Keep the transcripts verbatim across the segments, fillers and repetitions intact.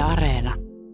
Areena.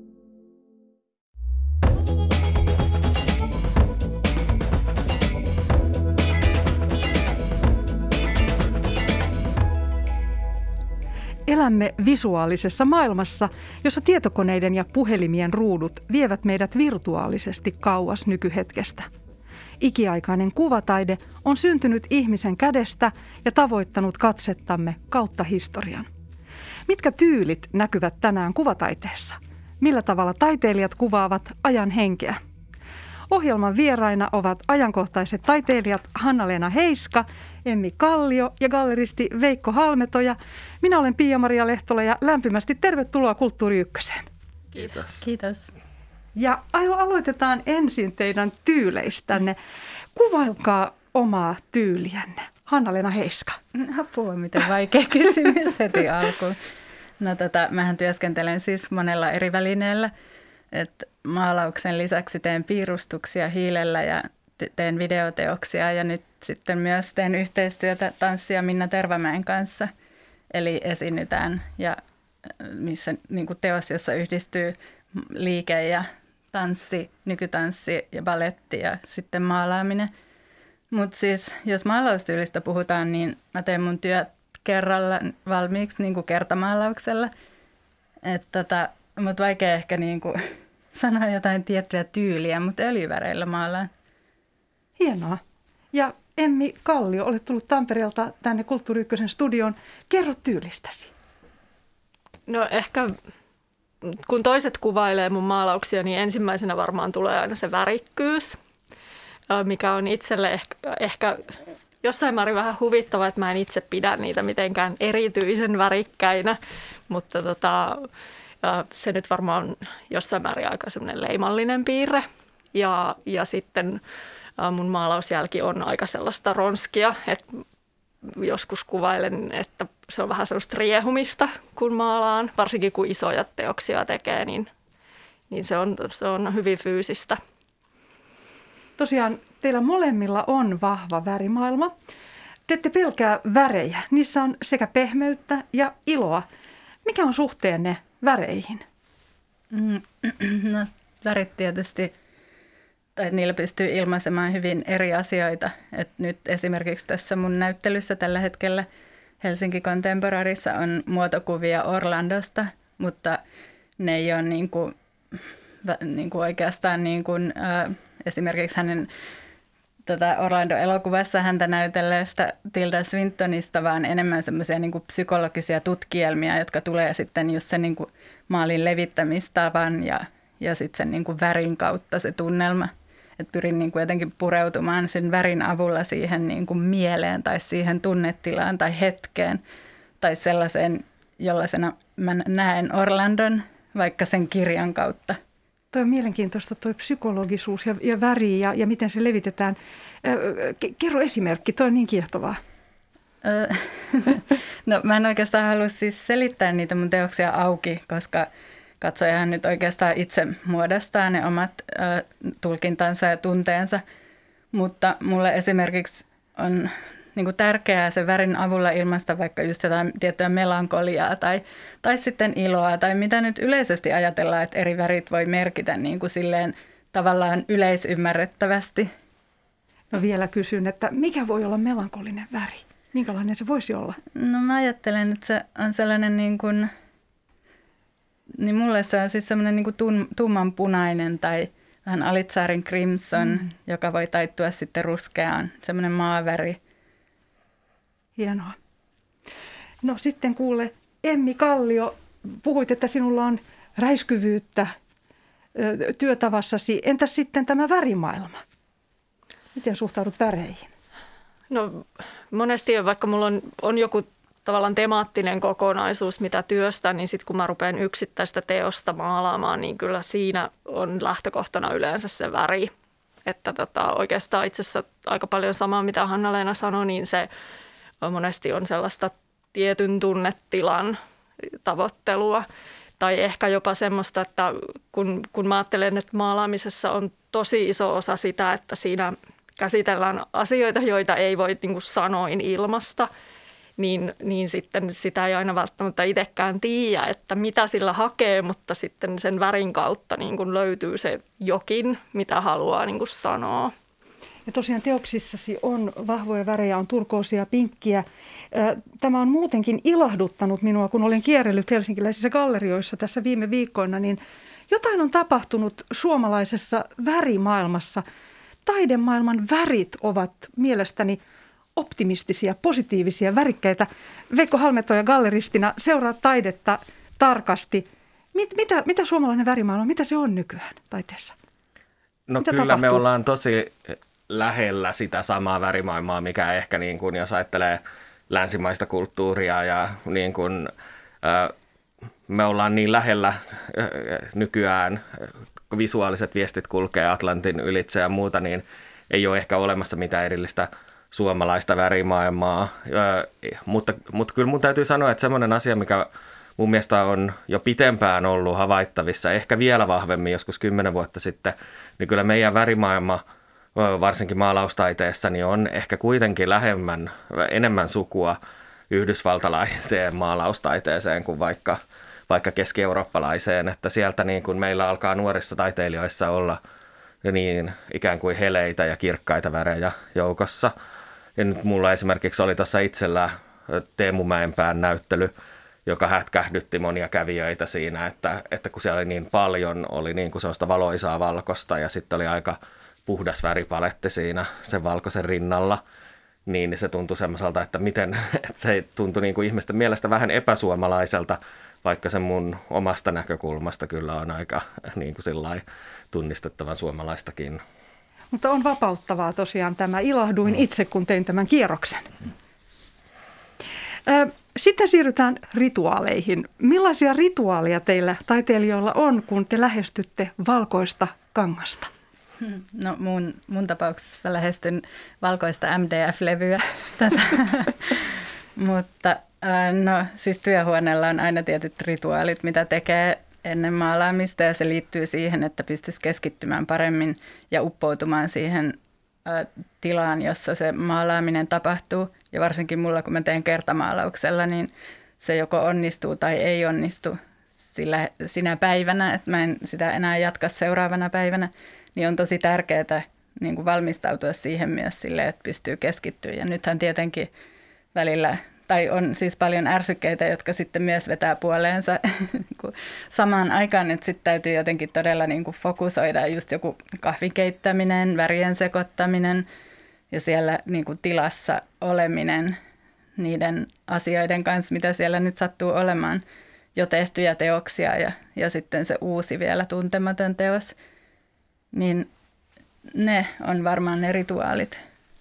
Elämme visuaalisessa maailmassa, jossa tietokoneiden ja puhelimien ruudut vievät meidät virtuaalisesti kauas nykyhetkestä. Ikiaikainen kuvataide on syntynyt ihmisen kädestä ja tavoittanut katsettamme kautta historian. Mitkä tyylit näkyvät tänään kuvataiteessa? Millä tavalla taiteilijat kuvaavat ajan henkeä? Ohjelman vieraina ovat ajankohtaiset taiteilijat Hanna-Leena Heiska, Emmi Kallio ja galleristi Veikko Halmetoja. Minä olen Pia-Maria Lehtola ja lämpimästi tervetuloa Kulttuuri Ykköseen. Kiitos. Kiitos. Ja aloitetaan ensin teidän tyyleistänne. Kuvailkaa omaa tyyliänne. Hanna-Leena Heiska. Apua, miten vaikea kysymys heti alkuun. No tota, mähän työskentelen siis monella eri välineellä. Et maalauksen lisäksi teen piirustuksia hiilellä ja teen videoteoksia ja nyt sitten myös teen yhteistyötä tanssia Minna Tervamäen kanssa. Eli esiinnytään ja missä niin kuin teos, jossa yhdistyy liike ja tanssi, nykytanssi ja baletti ja sitten maalaaminen. Mutta siis jos maalaustyylistä puhutaan, niin mä teen mun työt kerralla valmiiksi niin kuin kertamaalauksella. Tota, mutta vaikea ehkä niin kuin sanoa jotain tiettyä tyyliä, mutta öljyväreillä maalaan. Hienoa. Ja Emmi Kallio, olet tullut Tampereelta tänne Kulttuuri Ykkösen studioon. Kerro tyylistäsi. No ehkä kun toiset kuvailee mun maalauksia, niin ensimmäisenä varmaan tulee aina se värikkyys, mikä on itselle ehkä, ehkä jossain määrin vähän huvittava, että mä en itse pidä niitä mitenkään erityisen värikkäinä, mutta tota, se nyt varmaan on jossain määrin aika semmoinen leimallinen piirre. Ja, ja sitten mun maalausjälki on aika sellaista ronskia, että joskus kuvailen, että se on vähän sellaista riehumista, kun maalaan. Varsinkin kun isoja teoksia tekee, niin, niin se, on, se on hyvin fyysistä. Tosiaan teillä molemmilla on vahva värimaailma. Te ette pelkää värejä. Niissä on sekä pehmeyttä ja iloa. Mikä on suhteenne väreihin? No, värit tietysti, tai niillä pystyy ilmaisemaan hyvin eri asioita. Et nyt esimerkiksi tässä mun näyttelyssä tällä hetkellä Helsinki Contemporaryssa on muotokuvia Orlandosta, mutta ne ei ole niin kuin, niin kuin oikeastaan niin kuin, äh, esimerkiksi hänen tätä Orlando-elokuvassa häntä näytelleestä Tilda Swintonista, vaan enemmän semmoisia niin kuin psykologisia tutkielmia, jotka tulee sitten just sen niin kuin maalin levittämistavan ja, ja sitten sen niin kuin värin kautta se tunnelma. Et pyrin niin kuin jotenkin pureutumaan sen värin avulla siihen niin kuin mieleen tai siihen tunnetilaan tai hetkeen tai sellaiseen, jollaisena mä näen Orlandon vaikka sen kirjan kautta. Tuo on mielenkiintoista tuo psykologisuus ja, ja väri ja, ja miten se levitetään. Kerro esimerkki, tuo on niin kiehtovaa. No mä en oikeastaan halua siis selittää niitä mun teoksia auki, koska katsojahan nyt oikeastaan itse muodostaa ne omat ö, tulkintansa ja tunteensa, mutta mulle esimerkiksi on niin kuin tärkeää se värin avulla ilmaista vaikka just jotain tiettyä melankoliaa tai, tai sitten iloa tai mitä nyt yleisesti ajatellaan, että eri värit voi merkitä niin kuin silleen tavallaan yleisymmärrettävästi. No vielä kysyn, että mikä voi olla melankolinen väri? Minkälainen se voisi olla? No mä ajattelen, että se on sellainen niin kuin, niin mulle se on siis sellainen niin kuin tum, tummanpunainen tai vähän alitsarin crimson, mm. joka voi taittua sitten ruskeaan, semmoinen maaväri. Hienoa. No sitten kuule, Emmi Kallio, puhuit, että sinulla on räiskyvyyttä ö, työtavassasi. Entäs sitten tämä värimaailma? Miten suhtaudut väreihin? No monesti vaikka mulla on, on joku tavallaan temaattinen kokonaisuus, mitä työstä, niin sitten kun mä rupean yksittäistä teosta maalaamaan, niin kyllä siinä on lähtökohtana yleensä se väri. Että tota, oikeastaan itse asiassa aika paljon samaa, mitä Hanna-Leena sanoi, niin se monesti on sellaista tietyn tunnetilan tavoittelua. Tai ehkä jopa semmoista, että kun, kun mä ajattelen, että maalaamisessa on tosi iso osa sitä, että siinä käsitellään asioita, joita ei voi niin kuin sanoin ilmaista, niin, niin sitten sitä ei aina välttämättä itsekään tiedä, että mitä sillä hakee, mutta sitten sen värin kautta niin kuin löytyy se jokin, mitä haluaa niin kuin sanoa. Ja tosiaan teoksissasi on vahvoja värejä, on turkoosia, pinkkiä. Tämä on muutenkin ilahduttanut minua, kun olen kierrellyt helsinkiläisissä gallerioissa tässä viime viikkoina, niin jotain on tapahtunut suomalaisessa värimaailmassa. Taidemaailman värit ovat mielestäni optimistisia, positiivisia, värikkäitä. Veikko Halmetoja galleristina seuraa taidetta tarkasti. Mit, mitä, mitä suomalainen värimaailma, mitä se on nykyään taiteessa? No mitä kyllä tapahtuu? Me ollaan tosi lähellä sitä samaa värimaailmaa, mikä ehkä niin kuin, jos ajattelee länsimaista kulttuuria ja niin kuin, me ollaan niin lähellä nykyään, visuaaliset viestit kulkee Atlantin ylitse ja muuta, niin ei ole ehkä olemassa mitään erillistä suomalaista värimaailmaa, mutta, mutta kyllä mun täytyy sanoa, että semmoinen asia, mikä mun mielestä on jo pitempään ollut havaittavissa, ehkä vielä vahvemmin joskus kymmenen vuotta sitten, niin kyllä meidän värimaailma, varsinkin maalaustaiteessa, niin on ehkä kuitenkin lähemmän, enemmän sukua yhdysvaltalaiseen maalaustaiteeseen kuin vaikka, vaikka keski-eurooppalaiseen, että sieltä niin kuin meillä alkaa nuorissa taiteilijoissa olla niin ikään kuin heleitä ja kirkkaita värejä joukossa. Ja nyt mulla esimerkiksi oli tuossa itsellä Teemu Mäenpään näyttely, joka hätkähdytti monia kävijöitä siinä, että, että kun siellä oli niin paljon, oli niin kuin sellaista valoisaa valkosta ja sitten oli aika puhdas väripaletti siinä sen valkoisen rinnalla, niin se tuntui semmoiselta, että miten, että se tuntui niin kuin ihmisten mielestä vähän epäsuomalaiselta, vaikka se mun omasta näkökulmasta kyllä on aika niin kuin sillai tunnistettavan suomalaistakin. Mutta on vapauttavaa tosiaan tämä. Ilahduin itse, kun tein tämän kierroksen. Sitten siirrytään rituaaleihin. Millaisia rituaaleja teillä taiteilijoilla on, kun te lähestytte valkoista kangasta? No mun, mun tapauksessa lähestyn valkoista M D F-levyä. Mutta no siis työhuoneella on aina tietyt rituaalit, mitä tekee ennen maalaamista ja se liittyy siihen, että pystyisi keskittymään paremmin ja uppoutumaan siihen ä, tilaan, jossa se maalaaminen tapahtuu. Ja varsinkin mulla, kun mä teen kertamaalauksella, niin se joko onnistuu tai ei onnistu sillä, sinä päivänä, että mä en sitä enää jatka seuraavana päivänä, niin on tosi tärkeää niin kuin valmistautua siihen myös silleen, että pystyy keskittyä. Ja nythän tietenkin välillä, tai on siis paljon ärsykkeitä, jotka sitten myös vetää puoleensa samaan aikaan, että sitten täytyy jotenkin todella niin kuin fokusoida just joku kahvin keittäminen, värien sekoittaminen ja siellä niin kuin tilassa oleminen niiden asioiden kanssa, mitä siellä nyt sattuu olemaan, jo tehtyjä teoksia ja, ja sitten se uusi vielä tuntematon teos, niin ne on varmaan ne rituaalit.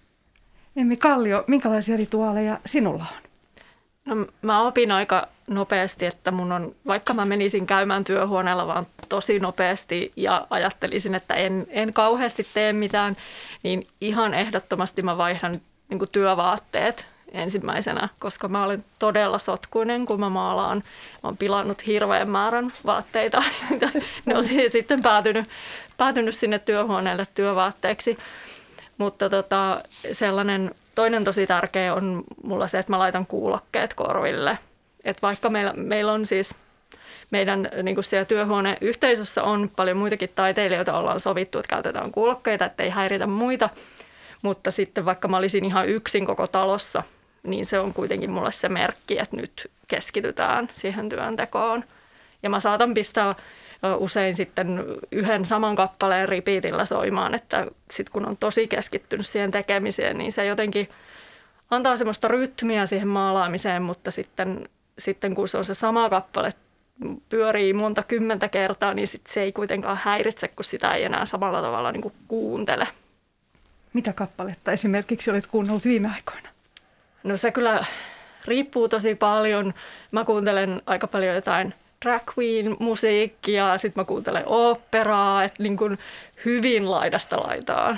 Emmi Kallio, minkälaisia rituaaleja sinulla on? No, mä opin aika nopeasti, että mun on, vaikka mä menisin käymään työhuoneella vaan tosi nopeasti ja ajattelisin, että en, en kauheasti tee mitään, niin ihan ehdottomasti mä vaihdan niin kuin työvaatteet ensimmäisenä, koska mä olen todella sotkuinen, kun mä maalaan. Mä oon pilannut hirveän määrän vaatteita. Ne on sitten päätynyt, päätynyt sinne työhuoneelle työvaatteeksi. Mutta tota, sellainen toinen tosi tärkeä on mulla se, että mä laitan kuulokkeet korville. Et vaikka meillä, meillä on siis meidän niin kuin siellä työhuoneyhteisössä on paljon muitakin taiteilijoita, ollaan sovittu, että käytetään kuulokkeita, ettei häiritä muita. Mutta sitten vaikka mä olisin ihan yksin koko talossa, niin se on kuitenkin mulle se merkki, että nyt keskitytään siihen työntekoon. Ja mä saatan pistää usein sitten yhden saman kappaleen repeatillä soimaan, että sitten kun on tosi keskittynyt siihen tekemiseen, niin se jotenkin antaa semmoista rytmiä siihen maalaamiseen, mutta sitten, sitten kun se on se sama kappale, pyörii monta kymmentä kertaa, niin sit se ei kuitenkaan häiritse, kun sitä ei enää samalla tavalla niin kuin kuuntele. Mitä kappaletta esimerkiksi olet kuunnellut viime aikoina? No se kyllä riippuu tosi paljon. Mä kuuntelen aika paljon jotain drag queen musiikkia, sitten mä kuuntelen oopperaa, että niin kuin hyvin laidasta laitaan.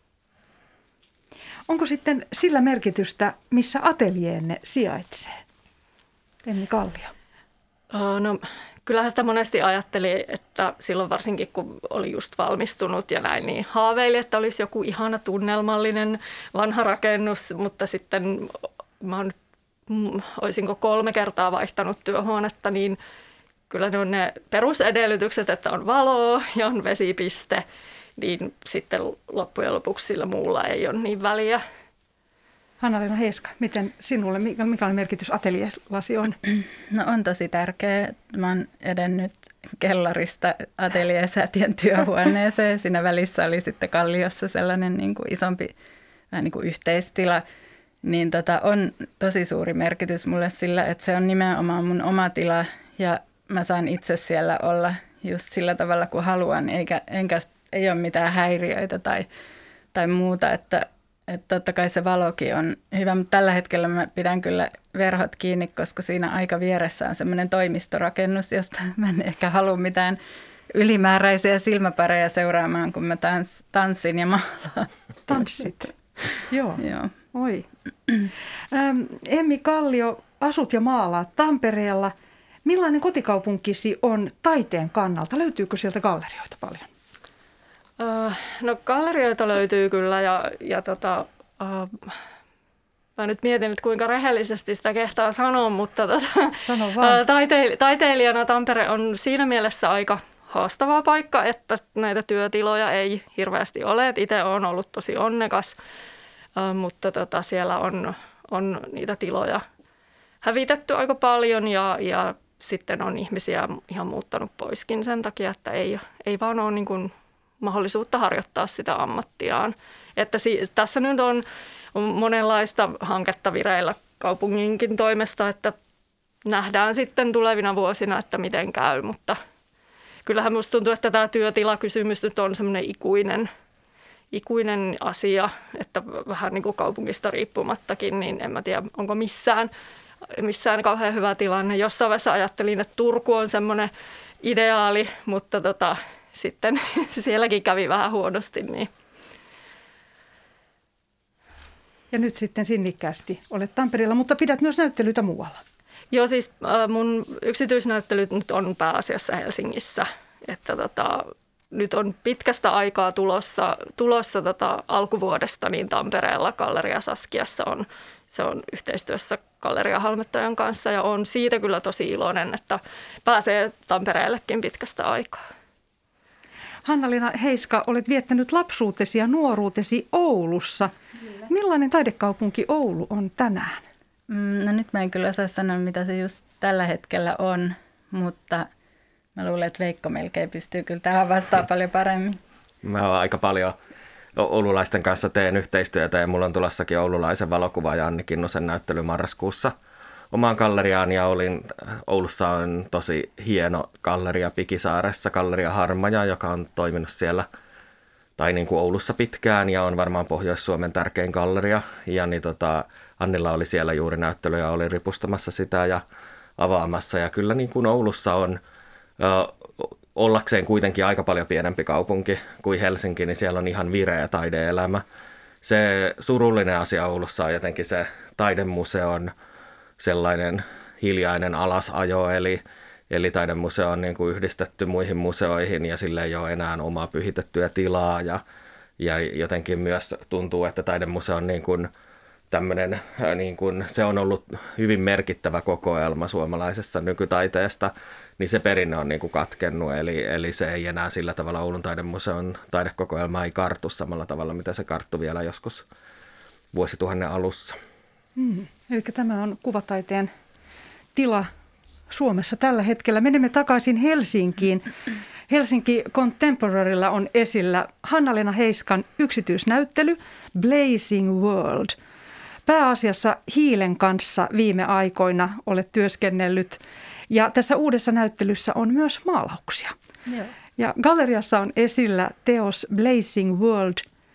Onko sitten sillä merkitystä, missä ateljeenne sijaitsee? Emmi Kallio. No kyllähän sitä monesti ajatteli, että silloin varsinkin kun oli just valmistunut ja näin, niin haaveili, että olisi joku ihana tunnelmallinen vanha rakennus, mutta sitten mä oon olisinko kolme kertaa vaihtanut työhuonetta, niin kyllä ne on ne perusedellytykset, että on valoa ja on vesipiste, niin sitten loppujen lopuksi sillä muulla ei ole niin väliä. Hanna-Leena Heiska, miten sinulle, mikä merkitys ateljeellasi on? No on tosi tärkeää. Mä oon edennyt kellarista ateljeesäätiön työhuoneeseen. Siinä välissä oli sitten Kalliossa sellainen niin kuin isompi vähän niin kuin yhteistila. Niin tota, on tosi suuri merkitys mulle sillä, että se on nimenomaan mun oma tila ja mä saan itse siellä olla just sillä tavalla kuin haluan, eikä, enkä, ei ole mitään häiriöitä tai, tai muuta, että Että totta kai se valokin on hyvä, mutta tällä hetkellä mä pidän kyllä verhot kiinni, koska siinä aika vieressä on semmoinen toimistorakennus, josta mä en ehkä halua mitään ylimääräisiä silmäpareja seuraamaan, kun mä tans, tanssin ja maalaan. Tanssit? Joo. Joo. Oi. Ähm, Emmi Kallio, asut ja maalaat Tampereella. Millainen kotikaupunkisi on taiteen kannalta? Löytyykö sieltä gallerioita paljon? No gallerioita löytyy kyllä ja, ja tota, uh, mä nyt mietin, että kuinka rehellisesti sitä kehtaa sanoa, mutta tota, Sano vaan. taiteil, taiteilijana Tampere on siinä mielessä aika haastava paikka, että näitä työtiloja ei hirveästi ole. Itse olen ollut tosi onnekas, uh, mutta tota, siellä on, on niitä tiloja hävitetty aika paljon ja, ja sitten on ihmisiä ihan muuttanut poiskin sen takia, että ei, ei vaan ole niin kuin mahdollisuutta harjoittaa sitä ammattiaan. Että si- tässä nyt on, on monenlaista hanketta vireillä kaupunginkin toimesta, että nähdään sitten tulevina vuosina, että miten käy, mutta kyllähän musta tuntuu, että tämä työtilakysymys nyt on semmoinen ikuinen, ikuinen asia, että vähän niin kuin kaupungista riippumattakin, niin en mä tiedä, onko missään, missään kauhean hyvä tilanne. Jossain vaiheessa ajattelin, että Turku on semmoinen ideaali, mutta tota, sitten sielläkin kävi vähän huonosti. Niin. Ja nyt sitten sinnikkäästi olet Tampereella, mutta pidät myös näyttelyitä muualla. Joo, siis mun yksityisnäyttelyt nyt on pääasiassa Helsingissä. Että tota, nyt on pitkästä aikaa tulossa, tulossa tota alkuvuodesta niin Tampereella Galleria Saskiassa on, se on yhteistyössä Galleria Halmettajan kanssa ja on siitä kyllä tosi iloinen, että pääsee Tampereellekin pitkästä aikaa. Hanna-Leena Heiska, olet viettänyt lapsuutesi ja nuoruutesi Oulussa. Kyllä. Millainen taidekaupunki Oulu on tänään? Mm, no nyt mä en kyllä osaa sanoa, mitä se just tällä hetkellä on, mutta mä luulen, että Veikko melkein pystyy kyllä tähän vastaan paljon paremmin. Mä oon aika paljon oululaisten kanssa teen yhteistyötä ja mulla on tulossakin oululaisen valokuvaaja Anni Kinnusen näyttely marraskuussa omaan galleriaan ja olin, Oulussa on tosi hieno galleria Pikisaaressa, Galleria Harmaja, joka on toiminut siellä tai niin kuin Oulussa pitkään ja on varmaan Pohjois-Suomen tärkein galleria. Ja niin tota, Annilla oli siellä juuri näyttely ja oli ripustamassa sitä ja avaamassa. Ja kyllä niin kuin Oulussa on ö, ollakseen kuitenkin aika paljon pienempi kaupunki kuin Helsinki, niin siellä on ihan vireä taideelämä. Se surullinen asia Oulussa on jotenkin se taidemuseon sellainen hiljainen alasajo, eli, eli taidemuseo on niin kuin yhdistetty muihin museoihin ja sillä ei ole enää omaa pyhitettyä tilaa ja, ja jotenkin myös tuntuu, että taidemuseo on niin kuin tämmöinen, niin kuin, se on ollut hyvin merkittävä kokoelma suomalaisessa nykytaiteesta, niin se perinne on niin kuin katkennut, eli, eli se ei enää sillä tavalla Oulun taidemuseon taidekokoelma ei kartu samalla tavalla, mitä se karttui vielä joskus vuosituhannen alussa. Hmm. Eli tämä on kuvataiteen tila Suomessa tällä hetkellä. Menemme takaisin Helsinkiin. Helsinki Contemporarylla on esillä Hanna-Leena Heiskan yksityisnäyttely Blazing World. Pääasiassa hiilen kanssa viime aikoina olet työskennellyt ja tässä uudessa näyttelyssä on myös maalauksia. Joo. Ja galleriassa on esillä teos Blazing World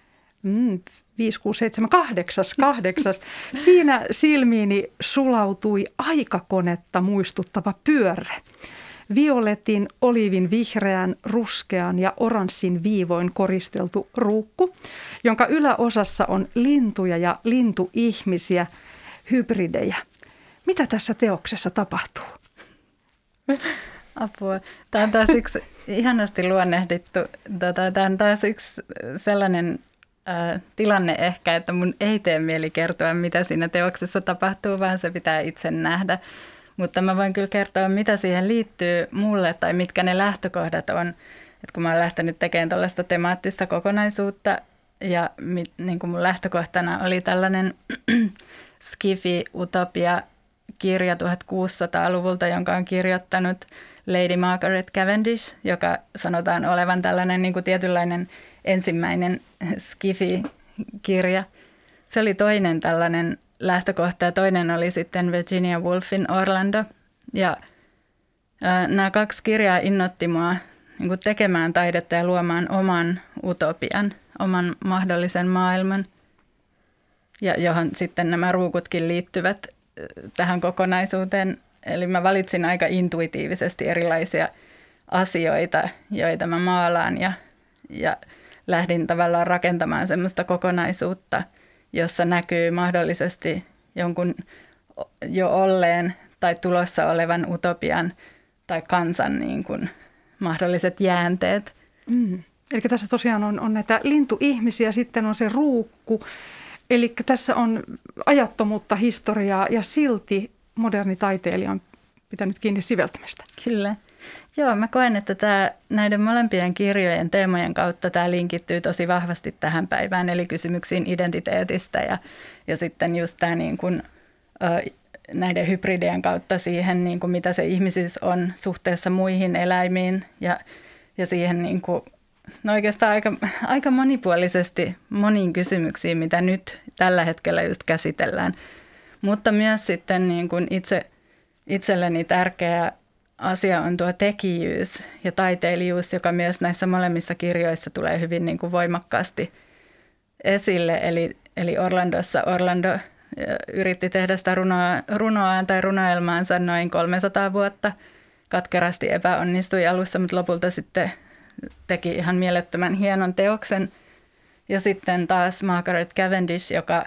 mm, viisi, kuusi, seitsemän, kahdeksas, kahdeksas. Siinä silmiini sulautui aikakonetta muistuttava pyörre. Violetin, oliivin vihreän, ruskean ja oranssin viivoin koristeltu ruukku, jonka yläosassa on lintuja ja lintuihmisiä, hybridejä. Mitä tässä teoksessa tapahtuu? Apua. Tämä on taas yksi ihanasti luonnehdittu, tota, tämä on taas yksi sellainen ää, tilanne ehkä, että mun ei tee mieli kertoa, mitä siinä teoksessa tapahtuu, vaan se pitää itse nähdä. Mutta mä voin kyllä kertoa, mitä siihen liittyy mulle tai mitkä ne lähtökohdat on. Että kun mä oon lähtenyt tekemään tällaista temaattista kokonaisuutta ja mit, niin kuin mun lähtökohtana oli tällainen Skifi-utopia-kirja tuhatkuusisataaluvulta, jonka on kirjoittanut Lady Margaret Cavendish, joka sanotaan olevan tällainen niin kuin tietynlainen ensimmäinen Skifi-kirja. Se oli toinen tällainen lähtökohta ja toinen oli sitten Virginia Woolfin Orlando. Ja ää, nämä kaksi kirjaa innoitti mua niin kuin tekemään taidetta ja luomaan oman utopian, oman mahdollisen maailman, ja johon sitten nämä ruukutkin liittyvät tähän kokonaisuuteen. Eli mä valitsin aika intuitiivisesti erilaisia asioita, joita mä maalaan ja, ja lähdin tavallaan rakentamaan semmoista kokonaisuutta, jossa näkyy mahdollisesti jonkun jo olleen tai tulossa olevan utopian tai kansan niin kuin mahdolliset jäänteet. Mm. Eli tässä tosiaan on, on näitä lintuihmisiä, sitten on se ruukku. Eli tässä on ajattomuutta, historiaa ja silti moderni taiteilija on pitänyt kiinni siveltämistä. Kyllä. Joo, mä koen, että tämä, näiden molempien kirjojen teemojen kautta tämä linkittyy tosi vahvasti tähän päivään, eli kysymyksiin identiteetistä ja, ja sitten just tämä niin kuin, ö, näiden hybridien kautta siihen, niin kuin mitä se ihmisyys on suhteessa muihin eläimiin ja, ja siihen niin kuin, no oikeastaan aika, aika monipuolisesti moniin kysymyksiin, mitä nyt tällä hetkellä just käsitellään. Mutta myös sitten niin kuin itse, itselleni tärkeä asia on tuo tekijyys ja taiteilijuus, joka myös näissä molemmissa kirjoissa tulee hyvin niin kuin voimakkaasti esille. Eli, eli Orlandossa Orlando yritti tehdä sitä runoa, runoaan tai runoelmaansa noin kolmesataa vuotta. Katkerasti epäonnistui alussa, mutta lopulta sitten teki ihan mielettömän hienon teoksen. Ja sitten taas Margaret Cavendish, joka,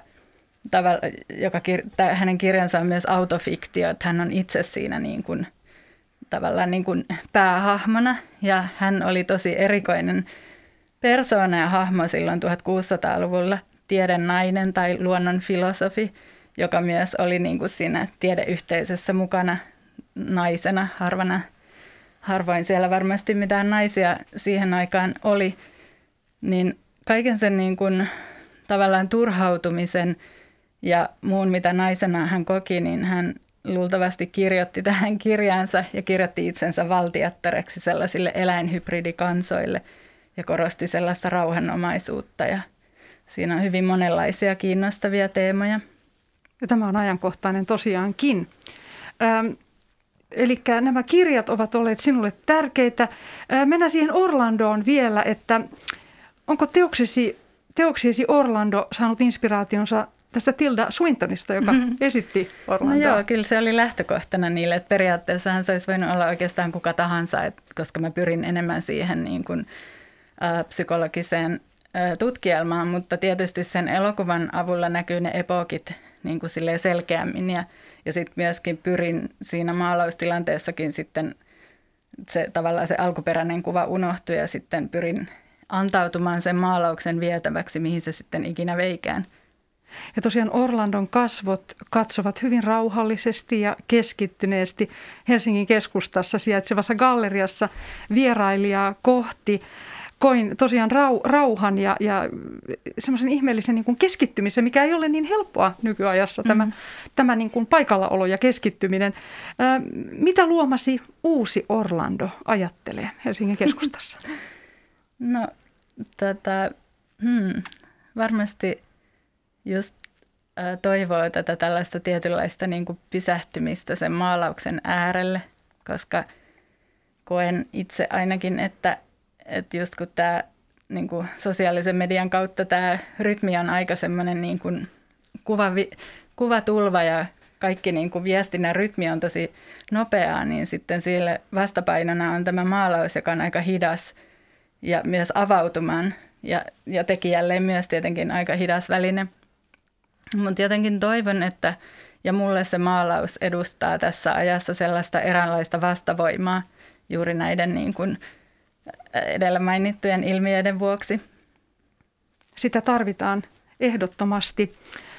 joka hänen kirjansa on myös autofiktio, että hän on itse siinä niin kuin, tavallaan niin kuin päähahmona. Ja hän oli tosi erikoinen persoona ja hahmo silloin tuhatkuusisataaluvulla, tiedenainen tai luonnonfilosofi, joka myös oli niin kuin siinä tiedeyhteisössä mukana naisena, harvana. Harvoin siellä varmasti mitään naisia siihen aikaan oli, niin kaiken sen niin kuin tavallaan turhautumisen ja muun, mitä naisena hän koki, niin hän luultavasti kirjoitti tähän kirjaansa ja kirjoitti itsensä valtiattareksi sellaisille eläinhybridikansoille ja korosti sellaista rauhanomaisuutta ja siinä on hyvin monenlaisia kiinnostavia teemoja. Ja tämä on ajankohtainen tosiaankin. Ähm. Eli nämä kirjat ovat olleet sinulle tärkeitä. Mennään siihen Orlandoon vielä, että onko teoksesi, teoksiesi Orlando saanut inspiraationsa tästä Tilda Swintonista, joka mm-hmm. esitti Orlandoa? No joo, kyllä se oli lähtökohtana niille, että periaatteessahan se olisi voinut olla oikeastaan kuka tahansa, että koska mä pyrin enemmän siihen niin kuin, ä, psykologiseen ä, tutkielmaan, mutta tietysti sen elokuvan avulla näkyy ne epokit niin kuin silleen selkeämmin ja Ja sitten myöskin pyrin siinä maalaustilanteessakin sitten se tavallaan se alkuperäinen kuva unohtui ja sitten pyrin antautumaan sen maalauksen vietäväksi, mihin se sitten ikinä veikään. Ja tosiaan Orlandon kasvot katsovat hyvin rauhallisesti ja keskittyneesti Helsingin keskustassa sijaitsevassa galleriassa vierailijaa kohti. Koin tosiaan rau, rauhan ja, ja semmoisen ihmeellisen niin kuin keskittymisen, mikä ei ole niin helppoa nykyajassa, mm-hmm. tämä, tämä niin kuin paikallaolo ja keskittyminen. Ää, mitä luomasi uusi Orlando ajattelee Helsingin keskustassa? No tota, hmm, varmasti just ä, toivoo tätä tällaista tietynlaista niin kuin pysähtymistä sen maalauksen äärelle, koska koen itse ainakin, että Että just kun tämä niin kuin sosiaalisen median kautta tämä rytmi on aika semmoinen niin kuin kuva, kuvatulva ja kaikki niin kuin viestinnän rytmi on tosi nopeaa, niin sitten sille vastapainona on tämä maalaus, joka on aika hidas ja myös avautumaan ja, ja tekijälleen myös tietenkin aika hidas väline. Mutta jotenkin toivon, että ja mulle se maalaus edustaa tässä ajassa sellaista eräänlaista vastavoimaa juuri näiden niin kuin edellä mainittujen ilmiöiden vuoksi. Sitä tarvitaan ehdottomasti.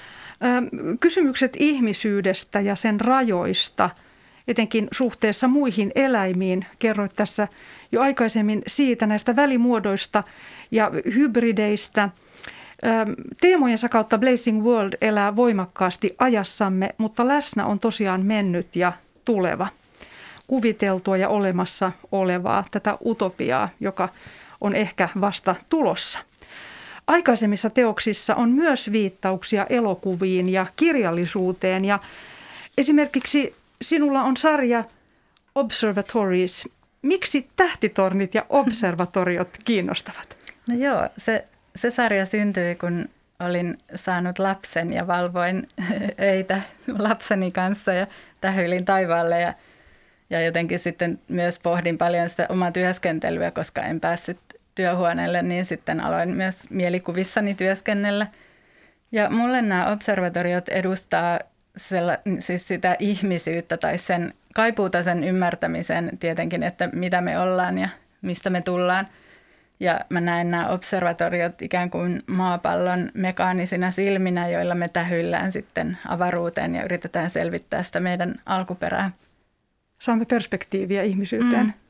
Kysymykset ihmisyydestä ja sen rajoista, etenkin suhteessa muihin eläimiin. Kerroit tässä jo aikaisemmin siitä näistä välimuodoista ja hybrideistä. Teemojensa kautta Blazing World elää voimakkaasti ajassamme, mutta läsnä on tosiaan mennyt ja tuleva. Kuviteltua ja olemassa olevaa, tätä utopiaa, joka on ehkä vasta tulossa. Aikaisemmissa teoksissa on myös viittauksia elokuviin ja kirjallisuuteen ja esimerkiksi sinulla on sarja Observatories. Miksi tähtitornit ja observatoriot kiinnostavat? No joo, se, se sarja syntyi, kun olin saanut lapsen ja valvoin öitä lapseni kanssa ja tähyilin taivaalle ja, ja jotenkin sitten myös pohdin paljon sitä omaa työskentelyä, koska en päässyt työhuoneelle, niin sitten aloin myös mielikuvissani työskennellä. Ja mulle nämä observatoriot edustaa sella, siis sitä ihmisyyttä tai sen kaipuuta sen ymmärtämisen tietenkin, että mitä me ollaan ja mistä me tullaan. Ja mä näen nämä observatoriot ikään kuin maapallon mekaanisina silminä, joilla me tähyillään sitten avaruuteen ja yritetään selvittää sitä meidän alkuperää. Saamme perspektiiviä ihmisyyteen. Mm.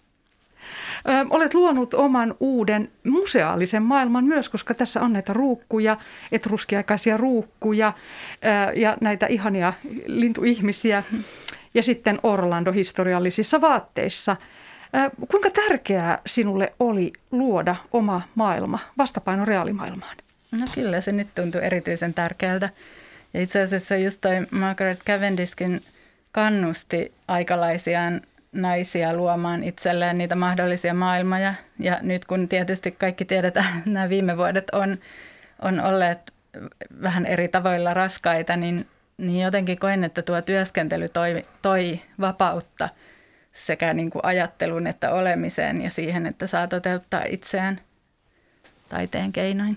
Ö, olet luonut oman uuden museaalisen maailman myös, koska tässä on näitä ruukkuja, etruskiaikaisia ruukkuja ö, ja näitä ihania lintuihmisiä ja sitten Orlando historiallisissa vaatteissa. Ö, kuinka tärkeää sinulle oli luoda oma maailma vastapaino reaalimaailmaan? No kyllä se nyt tuntui erityisen tärkeältä. Ja itse asiassa just toi Margaret Cavendishkin kannusti aikalaisiaan naisia luomaan itselleen niitä mahdollisia maailmoja. Ja nyt kun tietysti kaikki tiedetään, että nämä viime vuodet on, on olleet vähän eri tavoilla raskaita, niin, niin jotenkin koen, että tuo työskentely toi, toi vapautta sekä niin kuin ajattelun että olemiseen ja siihen, että saa toteuttaa itseään taiteen keinoin.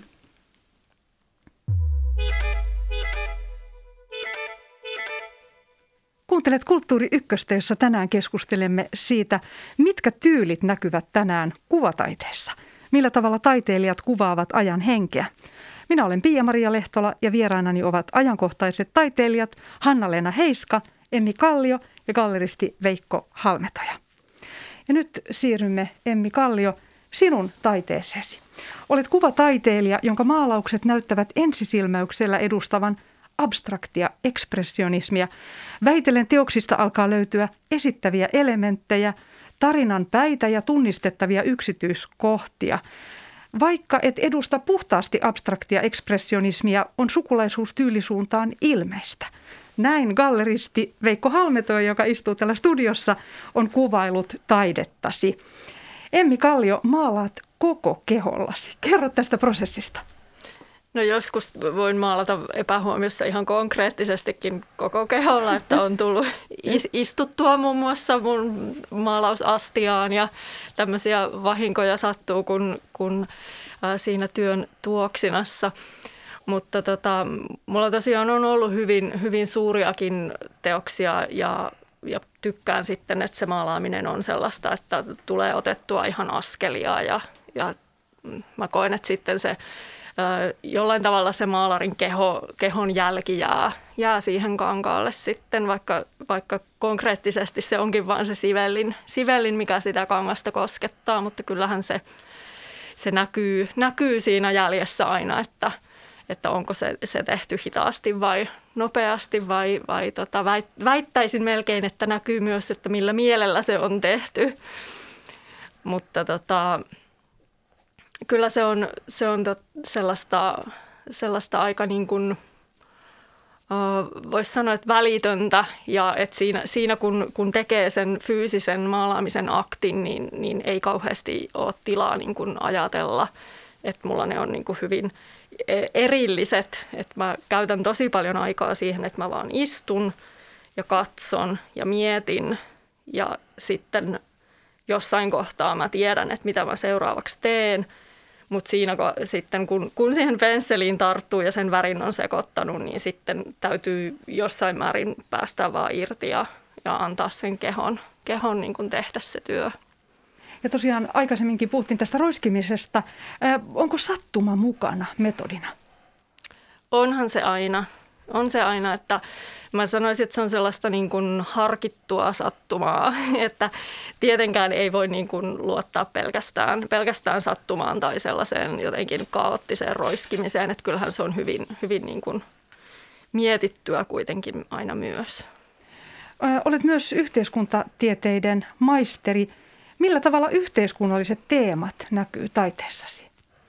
Kuuntelet Kulttuuri Ykköstä, jossa tänään keskustelemme siitä, mitkä tyylit näkyvät tänään kuvataiteessa. Millä tavalla taiteilijat kuvaavat ajan henkeä. Minä olen Pia-Maria Lehtola ja vieraanani ovat ajankohtaiset taiteilijat Hanna-Leena Heiska, Emmi Kallio ja galleristi Veikko Halmetoja. Ja nyt siirrymme, Emmi Kallio, sinun taiteeseesi. Olet kuvataiteilija, jonka maalaukset näyttävät ensisilmäyksellä edustavan abstraktia ekspressionismia. Väitellen teoksista alkaa löytyä esittäviä elementtejä, tarinan päitä ja tunnistettavia yksityiskohtia. Vaikka et edusta puhtaasti abstraktia ekspressionismia, on sukulaisuus tyylisuuntaan ilmeistä. Näin galleristi Veikko Halmetoja, joka istuu täällä studiossa, on kuvailut taidettasi. Emmi Kallio, maalaat koko kehollasi. Kerro tästä prosessista. No joskus voin maalata epähuomiossa ihan konkreettisestikin koko keholla, että on tullut istuttua muun muassa mun maalausastiaan ja tämmöisiä vahinkoja sattuu, kun, kun siinä työn tuoksinassa. Mutta tota, mulla tosiaan on ollut hyvin, hyvin suuriakin teoksia ja, ja tykkään sitten, että se maalaaminen on sellaista, että tulee otettua ihan askelia ja, ja mä koen, että sitten se jollain tavalla se maalarin keho, kehon jälki jää, jää siihen kankaalle sitten, vaikka, vaikka konkreettisesti se onkin vain se sivellin, sivellin, mikä sitä kangasta koskettaa, mutta kyllähän se, se näkyy, näkyy siinä jäljessä aina, että, että onko se, se tehty hitaasti vai nopeasti vai, vai tota, väittäisin melkein, että näkyy myös, että millä mielellä se on tehty, mutta tota... Kyllä se on, se on tot, sellaista, sellaista aika niin kuin, uh, voisi sanoa, että välitöntä ja että siinä, siinä kun, kun tekee sen fyysisen maalaamisen aktin, niin, niin ei kauheasti ole tilaa niin kuin ajatella, että mulla ne on niin kuin hyvin erilliset, että mä käytän tosi paljon aikaa siihen, että mä vaan istun ja katson ja mietin ja sitten jossain kohtaa mä tiedän, että mitä mä seuraavaksi teen. Mutta siinä sitten, kun, kun siihen pensseliin tarttuu ja sen värin on sekoittanut, niin sitten täytyy jossain määrin päästä vaan irti ja, ja antaa sen kehon, kehon niin kuin tehdä se työ. Ja tosiaan aikaisemminkin puhuttiin tästä roiskimisesta. Onko sattuma mukana metodina? Onhan se aina. On se aina, että mä sanoisin, että se on sellaista niin kuin harkittua sattumaa, että tietenkään ei voi niin kuin luottaa pelkästään, pelkästään sattumaan tai sellaiseen jotenkin kaoottiseen roiskimiseen, että kyllähän se on hyvin, hyvin niin kuin mietittyä kuitenkin aina myös. Olet myös yhteiskuntatieteiden maisteri. Millä tavalla yhteiskunnalliset teemat näkyy taiteessasi?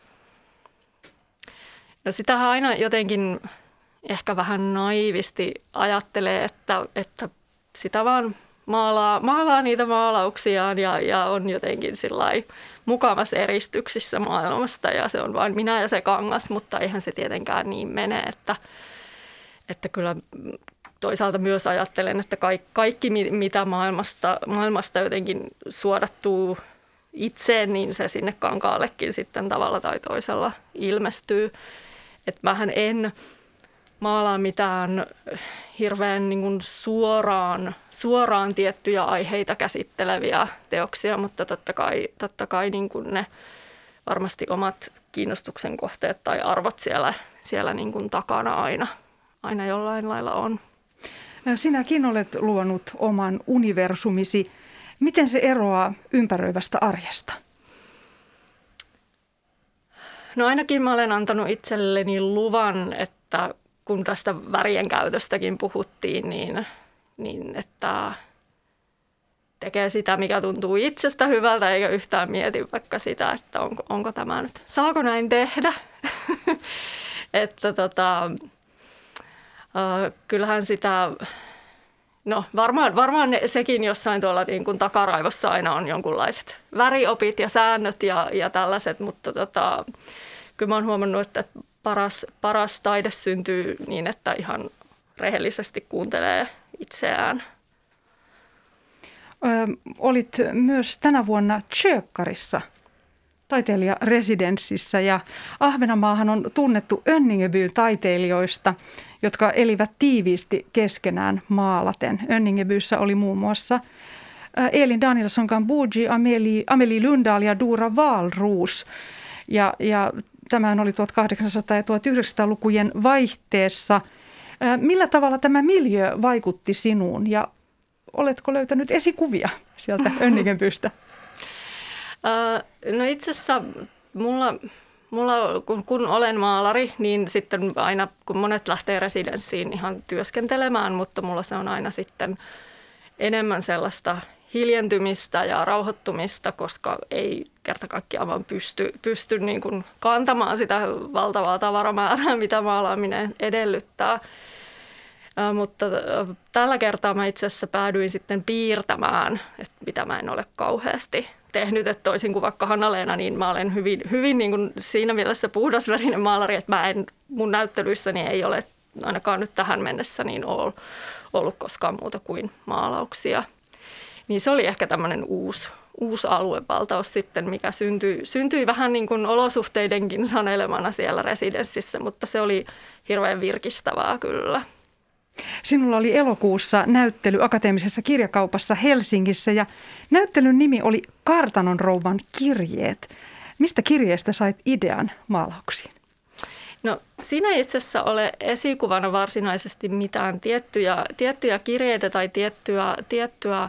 No sitähän aina jotenkin ehkä vähän naivisti ajattelee, että, että sitä vaan maalaa, maalaa niitä maalauksiaan ja, ja on jotenkin sillai mukavassa eristyksissä maailmasta ja se on vain minä ja se kangas, mutta eihän se tietenkään niin mene, että, että kyllä toisaalta myös ajattelen, että kaikki, kaikki mitä maailmasta, maailmasta jotenkin suodattuu itseen, niin se sinne kankaallekin sitten tavalla tai toisella ilmestyy. Että mähän en maalaa mitään hirveän niin kuin suoraan, suoraan tiettyjä aiheita käsitteleviä teoksia, mutta totta kai, totta kai niin kuin ne varmasti omat kiinnostuksen kohteet tai arvot siellä, siellä niin kuin takana aina, aina jollain lailla on. Sinäkin olet luonut oman universumisi. Miten se eroaa ympäröivästä arjesta? No ainakin mä olen antanut itselleni luvan, että kun tästä värien käytöstäkin puhuttiin, niin, niin että tekee sitä, mikä tuntuu itsestä hyvältä, eikä yhtään mieti vaikka sitä, että onko, onko tämä nyt, saako näin tehdä? Että tota, äh, kyllähän sitä, no varmaan, varmaan ne, sekin jossain tuolla niin kuin takaraivossa aina on jonkunlaiset väriopit ja säännöt ja, ja tällaiset, mutta tota, kyllä mä oon huomannut, että paras, paras taide syntyy niin, että ihan rehellisesti kuuntelee itseään. Ö, olit myös tänä vuonna Tjökkarissa taiteilijaresidenssissä ja Ahvenanmaahan on tunnettu Önningebyn taiteilijoista, jotka elivät tiiviisti keskenään maalaten. Önningebyssä oli muun muassa Elin Danielsson Gambuji, Amelie, Amelie Lundahl ja Dora Wahlroos. Ja, ja tämähän oli tuhatkahdeksansataa- ja tuhatyhdeksänsataalukujen vaihteessa. Millä tavalla tämä miljöö vaikutti sinuun ja oletko löytänyt esikuvia sieltä Önningebystä? No itse asiassa mulla, mulla kun, kun olen maalari, niin sitten aina kun monet lähtee residenssiin ihan työskentelemään, mutta mulla se on aina sitten enemmän sellaista hiljentymistä ja rauhoittumista, koska ei kerta kaikkiaan vaan pysty, pysty niin kuin kantamaan sitä valtavaa tavaramäärää, mitä maalaaminen edellyttää. Ä, mutta ä, tällä kertaa mä itse asiassa päädyin sitten piirtämään, että mitä mä en ole kauheasti tehnyt, että toisin kuin vaikka Hanna-Leena, niin mä olen hyvin, hyvin niin kuin siinä mielessä puhdasverinen maalari, että mä en, mun näyttelyissäni ei ole ainakaan nyt tähän mennessä niin ollut, ollut koskaan muuta kuin maalauksia. Niin se oli ehkä tämmöinen uusi, uusi aluevaltaus sitten, mikä syntyi, syntyi vähän niin kuin olosuhteidenkin sanelemana siellä residenssissä, mutta se oli hirveän virkistävää kyllä. Sinulla oli elokuussa näyttely Akateemisessa kirjakaupassa Helsingissä ja näyttelyn nimi oli Kartanon rouvan kirjeet. Mistä kirjeestä sait idean maalauksiin? No siinä ei itse asiassa ole esikuvana varsinaisesti mitään tiettyjä, tiettyjä kirjeitä tai tiettyä, tiettyä ä,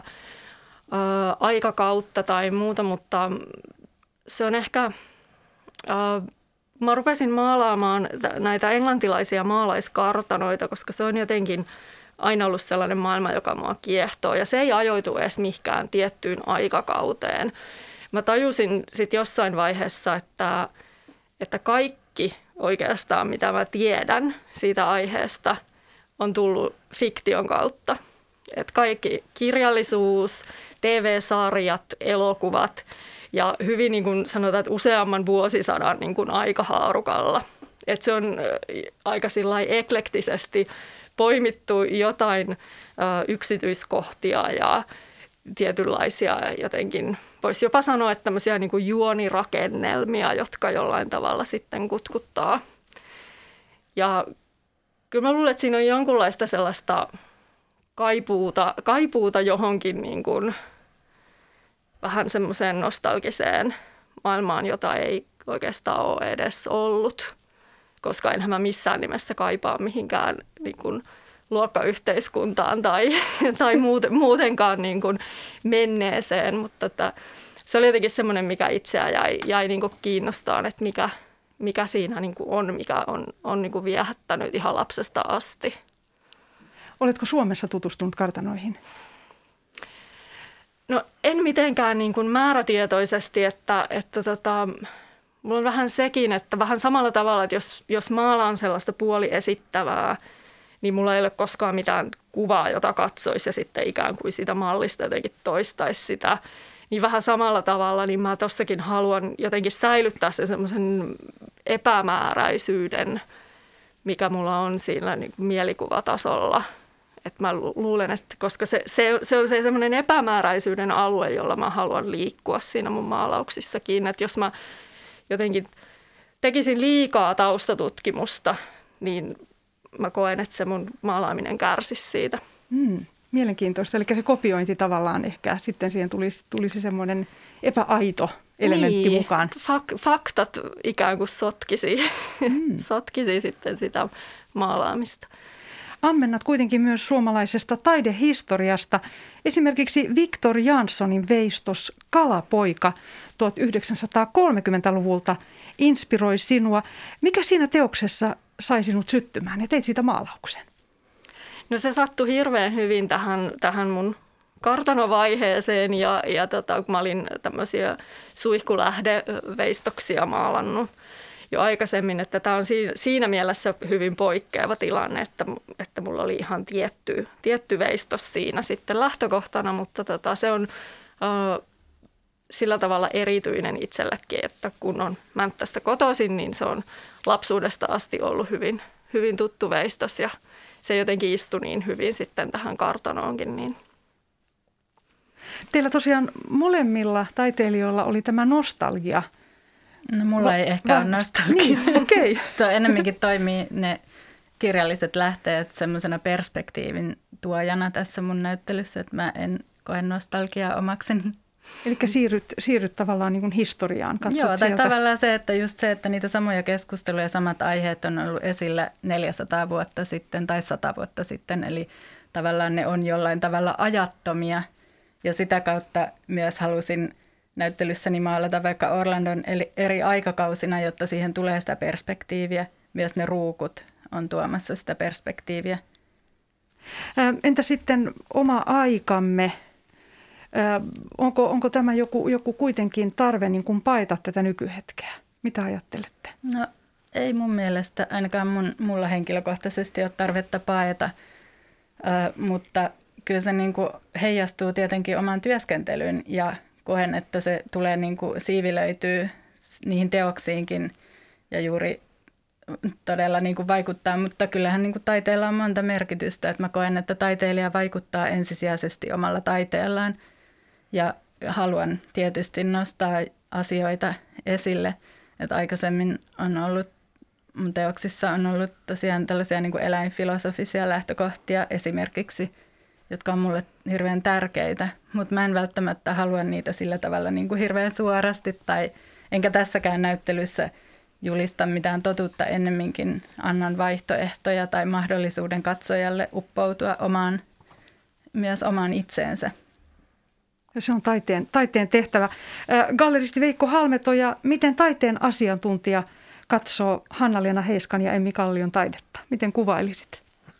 aikakautta tai muuta, mutta se on ehkä... Ä, Mä rupesin maalaamaan näitä englantilaisia maalaiskartanoita, koska se on jotenkin aina ollut sellainen maailma, joka mua kiehtoo. Ja se ei ajoitu edes mihinkään tiettyyn aikakauteen. Mä tajusin sitten jossain vaiheessa, että, että kaikki oikeastaan, mitä mä tiedän siitä aiheesta, on tullut fiktion kautta. Että kaikki kirjallisuus, T V-sarjat, elokuvat ja hyvin niin kuin sanotaan, että useamman vuosisadan niin kuin aikahaarukalla. Että se on aika sillai eklektisesti poimittu jotain ö, yksityiskohtia ja tietynlaisia jotenkin, voisi jopa sanoa, että tämmöisiä niin kuin juonirakennelmia, jotka jollain tavalla sitten kutkuttaa. Ja kyllä mä luulen, että siinä on jonkunlaista sellaista kaipuuta, kaipuuta johonkin niin kuin vähän semmoiseen nostalgiseen maailmaan, jota ei oikeastaan ole edes ollut, koska enhän mä missään nimessä kaipaa mihinkään niin kuin luokkayhteiskuntaan tai, tai muuten, muutenkaan niin kuin menneeseen, mutta että se oli jotenkin semmoinen, mikä itseä jäi, jäi niin kuin kiinnostaan, että mikä, mikä siinä niin kuin on, mikä on, on niin kuin viehättänyt ihan lapsesta asti. Oletko Suomessa tutustunut kartanoihin? No en mitenkään niin kuin määrätietoisesti, että, että tota, mulla on vähän sekin, että vähän samalla tavalla, että jos, jos maalaan sellaista puoliesittävää, niin mulla ei ole koskaan mitään kuvaa, jota katsoisi ja sitten ikään kuin sitä mallista jotenkin toistaisi sitä. Niin vähän samalla tavalla, niin mä tossakin haluan jotenkin säilyttää sen semmoisen epämääräisyyden, mikä mulla on siinä niin kuin mielikuvatasolla. Että mä luulen, että koska se, se, se on se semmoinen epämääräisyyden alue, jolla mä haluan liikkua siinä mun maalauksissakin. Että jos mä jotenkin tekisin liikaa taustatutkimusta, niin mä koen, että se mun maalaaminen kärsisi siitä. Hmm, mielenkiintoista. Eli se kopiointi tavallaan ehkä sitten siihen tulisi, tulisi semmoinen epäaito elementti niin, mukaan. Fak, faktat ikään kuin sotkisi, hmm. sotkisi sitten sitä maalaamista. Ammennat kuitenkin myös suomalaisesta taidehistoriasta. Esimerkiksi Victor Janssonin veistos Kalapoika tuhatyhdeksänsataakolmekymmentäluvulta inspiroi sinua. Mikä siinä teoksessa sai sinut syttymään ja teit siitä maalauksen? No se sattui hirveän hyvin tähän, tähän mun kartanovaiheeseen ja, ja tota, kun mä olin tämmöisiä suihkulähdeveistoksia maalannut jo aikaisemmin, että tämä on siinä, siinä mielessä hyvin poikkeava tilanne, että, että mulla oli ihan tietty, tietty veistos siinä sitten lähtökohtana, mutta tota, se on uh, sillä tavalla erityinen itsellekin, että kun on Mänttästä kotoisin, niin se on lapsuudesta asti ollut hyvin, hyvin tuttu veistos ja se jotenkin istui niin hyvin sitten tähän kartanoonkin. Niin. Teillä tosiaan molemmilla taiteilijoilla oli tämä nostalgia. No mulla Va- ei ehkä va- ole nostalgia. Niin, okei. Okay. Tuo enemmänkin toimii ne kirjalliset lähteet semmoisena perspektiivin tuojana tässä mun näyttelyssä, että mä en koe nostalgiaa omakseni. Eli siirryt, siirryt tavallaan niin kuin historiaan, katsot Joo, tai sieltä. tavallaan se, että just se, että niitä samoja keskusteluja, samat aiheet on ollut esillä neljäsataa vuotta sitten tai sata vuotta sitten, eli tavallaan ne on jollain tavalla ajattomia ja sitä kautta myös halusin näyttelyssäni maalata vaikka Orlandon eli eri aikakausina, jotta siihen tulee sitä perspektiiviä. Myös ne ruukut on tuomassa sitä perspektiiviä. Entä sitten oma aikamme? Onko, onko tämä joku, joku kuitenkin tarve niin kuin paeta tätä nykyhetkeä? Mitä ajattelette? No ei mun mielestä, ainakaan mun, mulla henkilökohtaisesti ole tarvetta paeta, äh, mutta kyllä se niin kuin heijastuu tietenkin omaan työskentelyyn ja koen, että se tulee niin kuin siivilöityy niihin teoksiinkin ja juuri todella niin kuin vaikuttaa, mutta kyllähän niin kuin taiteella on monta merkitystä, että mä koen, että taiteilija vaikuttaa ensisijaisesti omalla taiteellaan ja haluan tietysti nostaa asioita esille, että aikaisemmin on ollut, mun teoksissa on ollut tosiaan tällaisia niin kuin eläinfilosofisia lähtökohtia esimerkiksi, jotka on mulle hirveän tärkeitä, mutta mä en välttämättä halua niitä sillä tavalla niin kuin hirveän suorasti tai enkä tässäkään näyttelyssä julista mitään totuutta, ennemminkin annan vaihtoehtoja tai mahdollisuuden katsojalle uppoutua omaan, myös omaan itseensä. Se on taiteen, taiteen tehtävä. Galleristi Veikko Halmetoja, miten taiteen asiantuntija katsoo Hanna-Leena Heiskan ja Emmi Kallion taidetta? Miten kuvailisit?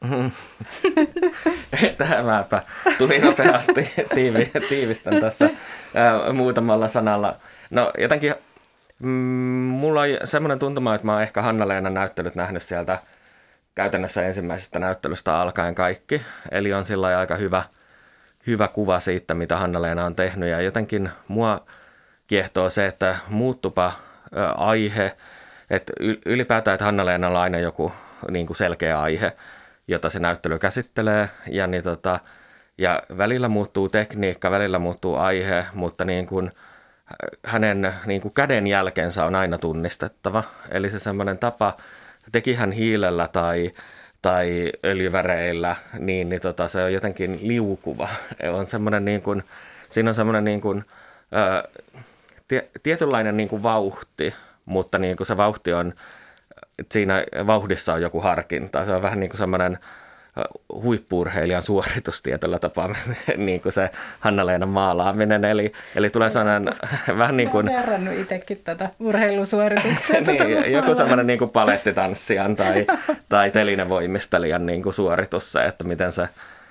Tämäpä tuli nopeasti, Tiivi, tiivistän tässä ää, muutamalla sanalla. No jotenkin mm, mulla on semmoinen tuntuma, että mä oon ehkä Hanna-Leenan näyttelyt nähnyt sieltä käytännössä ensimmäisestä näyttelystä alkaen kaikki. Eli on sillä lailla aika hyvä, hyvä kuva siitä, mitä Hanna-Leena on tehnyt. Ja jotenkin mua kiehtoo se, että muuttupa ä, aihe, että ylipäätään, että Hanna-Leenalla on aina joku niin kuin selkeä aihe, jota se näyttely käsittelee, ja, niin tota, ja välillä muuttuu tekniikka, välillä muuttuu aihe, mutta niin kuin hänen niin kuin kädenjälkensä on aina tunnistettava. Eli se semmoinen tapa, teki hän hiilellä tai, tai öljyväreillä, niin, niin tota, se on jotenkin liukuva. On semmoinen niin kuin, siinä on semmoinen niin kuin, ö, tie, tietynlainen niin kuin vauhti, mutta niin kuin se vauhti on, että siinä vauhdissa on joku harkinta. Se on vähän niin kuin semmoinen huippu-urheilijan suoritus tietyllä tapaa, niin kuin se Hanna-Leena maalaaminen. Eli, eli tulee sellainen vähän niin kuin... Olen verrannut itsekin tätä urheilusuorituksia. niin, joku sellainen niin kuin palettitanssijan tai, tai telinevoimistelijan niin kuin suoritus se, että miten se...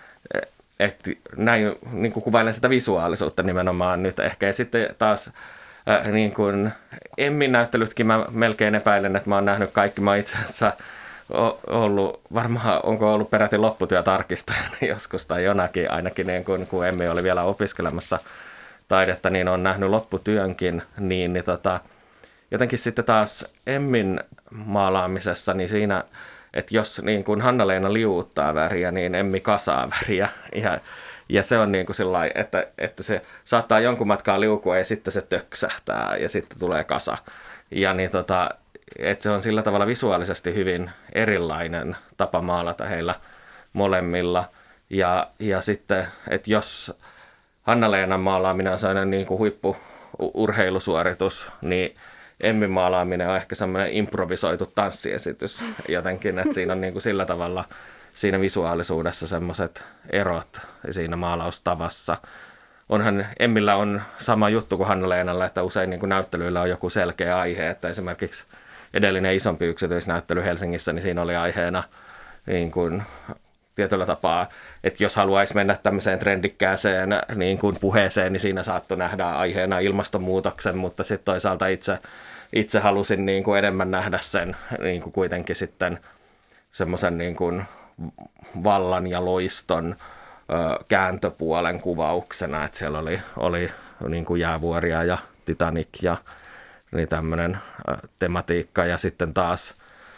Että näin niin kuin kuvailen sitä visuaalisuutta nimenomaan nyt ehkä. Ja sitten taas äh, niin kuin Emmin näyttelytkin mä melkein epäilen, että mä oon nähnyt kaikki. Mä itse asiassa ollut, varmaan onko ollut peräti lopputyötarkistajana joskus tai jonakin, ainakin niin kun, kun Emmi oli vielä opiskelemassa taidetta, niin on nähnyt lopputyönkin, niin, niin tota, jotenkin sitten taas Emmin maalaamisessa, niin siinä, että jos niin kun Hanna-Leena liuuttaa väriä, niin Emmi kasaa väriä, ja, ja se on niin kuin sillai, että, että se saattaa jonkun matkaa liukua ja sitten se töksähtää ja sitten tulee kasa, ja niin tota, että se on sillä tavalla visuaalisesti hyvin erilainen tapa maalata heillä molemmilla. Ja, ja sitten, että jos Hanna-Leenan maalaaminen on sellainen niin kuin huippu-urheilusuoritus, niin Emmin maalaaminen on ehkä semmoinen improvisoitu tanssiesitys jotenkin, että siinä on niin kuin sillä tavalla siinä visuaalisuudessa semmoiset erot siinä maalaustavassa. Onhan Emmillä on sama juttu kuin Hanna-Leenalla, että usein niin kuin näyttelyillä on joku selkeä aihe, että esimerkiksi edellinen isompi yksityisnäyttely Helsingissä, niin siinä oli aiheena niin kuin tietyllä tapaa, että jos haluaisi mennä tämmöiseen trendikkääseen niin kuin puheeseen, niin siinä saattoi nähdä aiheena ilmastonmuutoksen, mutta sitten toisaalta itse, itse halusin niin kuin enemmän nähdä sen niin kuin kuitenkin sitten semmoisen niin kuin vallan ja loiston ö, kääntöpuolen kuvauksena, että siellä oli, oli niin kuin jäävuoria ja Titanic ja niin tämmöinen tematiikka, ja sitten taas,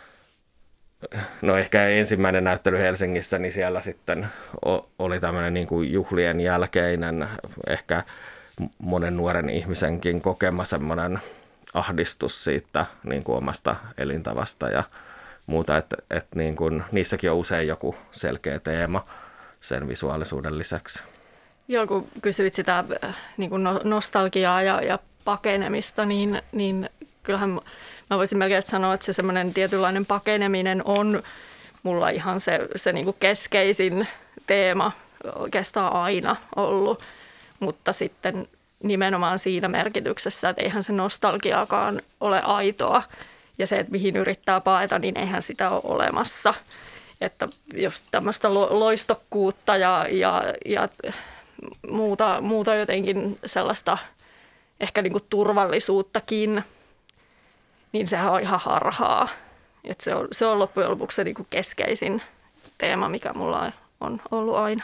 no ehkä ensimmäinen näyttely Helsingissä, niin siellä sitten oli tämmöinen niin kuin juhlien jälkeinen, ehkä monen nuoren ihmisenkin kokema semmoinen ahdistus siitä niin kuin omasta elintavasta ja muuta, että, että niin kuin, niissäkin on usein joku selkeä teema sen visuaalisuuden lisäksi. Joo, kun kysyit sitä niin kuin nostalgiaa ja, ja pakenemista, niin, niin kyllähän mä voisin melkein sanoa, että se semmoinen tietynlainen pakeneminen on mulla ihan se, se niin kuin keskeisin teema oikeastaan aina ollut, mutta sitten nimenomaan siinä merkityksessä, että eihän se nostalgiaakaan ole aitoa ja se, että mihin yrittää paeta, niin eihän sitä ole olemassa. Että jos tämmöistä loistokkuutta ja, ja, ja muuta, muuta jotenkin sellaista ehkä niin kuin turvallisuuttakin, niin sehän on ihan harhaa. Et se, on, se on loppujen lopuksi se niin kuin keskeisin teema, mikä mulla on ollut aina.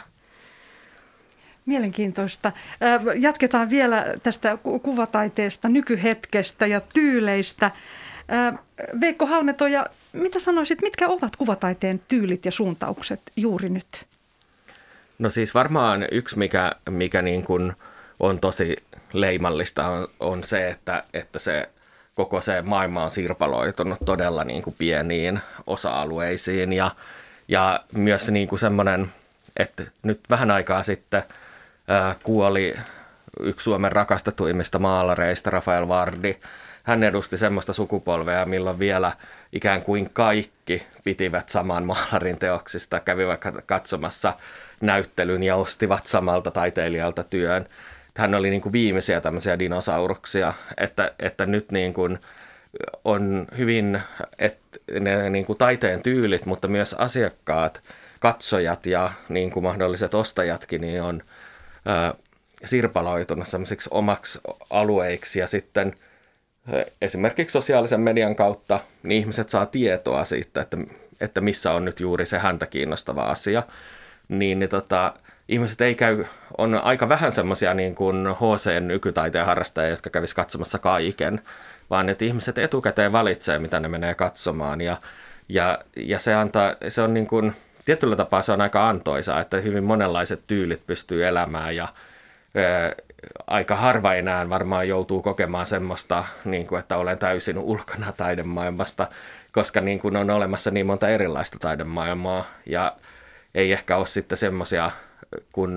Mielenkiintoista. Jatketaan vielä tästä kuvataiteesta, nykyhetkestä ja tyyleistä. Veikko Halmetoja, mitä sanoisit, mitkä ovat kuvataiteen tyylit ja suuntaukset juuri nyt? No siis varmaan yksi, mikä, mikä niin kuin on tosi leimallista, on, on se, että, että se koko se maailma on sirpaloitunut todella niin kuin pieniin osa-alueisiin. Ja, ja myös niin kuin semmoinen, että nyt vähän aikaa sitten ää, kuoli yksi Suomen rakastetuimmista maalareista, Rafael Vardi. Hän edusti semmoista sukupolvea, milloin vielä ikään kuin kaikki pitivät saman maalarin teoksista, kävivät katsomassa näyttelyn ja ostivat samalta taiteilijalta työn. Hän oli niin kuin viimeisiä tämmöisiä dinosauruksia, että, että nyt niin kuin on hyvin että ne niin kuin taiteen tyylit, mutta myös asiakkaat, katsojat ja niin kuin mahdolliset ostajatkin niin on ää, sirpaloitunut semmoisiksi omaksi alueiksi ja sitten esimerkiksi sosiaalisen median kautta niin ihmiset saa tietoa siitä, että, että missä on nyt juuri se häntä kiinnostava asia. Niin, niin tota, ihmiset ei käy, on aika vähän semmoisia niin kuin H C-nykytaiteen harrastajia, jotka kävis katsomassa kaiken, vaan että ihmiset etukäteen valitsee, mitä ne menee katsomaan. Ja, ja, ja se, antaa, se on niin kuin, tietyllä tapaa se on aika antoisa, että hyvin monenlaiset tyylit pystyy elämään ja ää, aika harva enää varmaan joutuu kokemaan semmoista, niin kuin, että olen täysin ulkona taidemaailmasta, koska niin kuin on olemassa niin monta erilaista taidemaailmaa ja ei ehkä ole sitten semmoisia, kun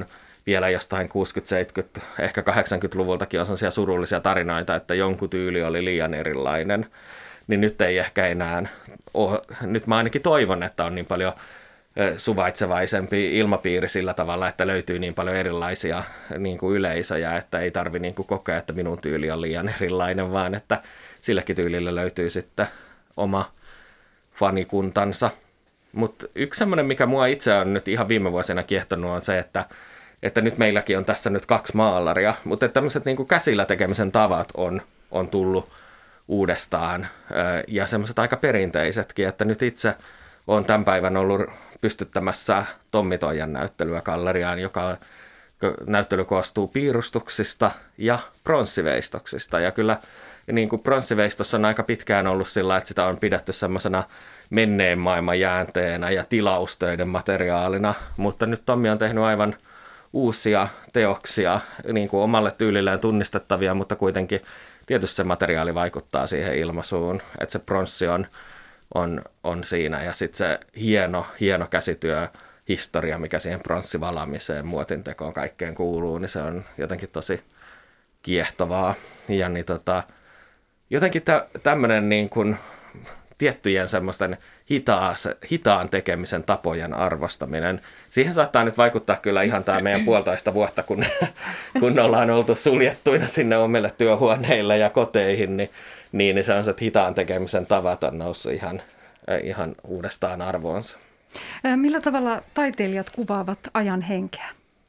vielä jostain kuusikymmentä, seitsemänkymmentä, ehkä kahdeksankymmentäluvultakin on sellaisia surullisia tarinoita, että jonkun tyyli oli liian erilainen, niin nyt ei ehkä enää ole. Nyt mä ainakin toivon, että on niin paljon suvaitsevaisempi ilmapiiri sillä tavalla, että löytyy niin paljon erilaisia niin kuin yleisöjä, että ei tarvitse niin kuin kokea, että minun tyyli on liian erilainen, vaan että silläkin tyylillä löytyy sitten oma fanikuntansa. Mutta yksi semmoinen, mikä mua itse on nyt ihan viime vuosina kiehtonut, on se, että, että nyt meilläkin on tässä nyt kaksi maalaria, mutta tämmöiset niin kuin käsillä tekemisen tavat on, on tullut uudestaan ja semmoiset aika perinteisetkin, että nyt itse olen tämän päivän ollut pystyttämässä Tommi Toijan näyttelyä galleriaan, joka näyttely koostuu piirustuksista ja pronssiveistoksista. Ja kyllä niin kuin pronssiveistossa on aika pitkään ollut sillä, että sitä on pidetty semmoisena menneen maailman jäänteenä ja tilaustöiden materiaalina, mutta nyt Tommi on tehnyt aivan uusia teoksia, niin kuin omalle tyylilleen tunnistettavia, mutta kuitenkin tietysti se materiaali vaikuttaa siihen ilmaisuun, että se pronssi on On, on siinä ja sitten se hieno, hieno käsityö, historia, mikä siihen pronssivalaamiseen, muotintekoon kaikkeen kuuluu, niin se on jotenkin tosi kiehtovaa. Ja niin tota, jotenkin tä, tämmöinen niin kuin tiettyjen semmoisten hitaas, hitaan tekemisen tapojen arvostaminen, siihen saattaa nyt vaikuttaa kyllä ihan tämä meidän puolitoista vuotta, kun, kun ollaan oltu suljettuina sinne omille työhuoneille ja koteihin, niin Niin, niin sellaiset hitaan tekemisen tavat on noussut ihan, ihan uudestaan arvoonsa. Millä tavalla taiteilijat kuvaavat ajan henkeä?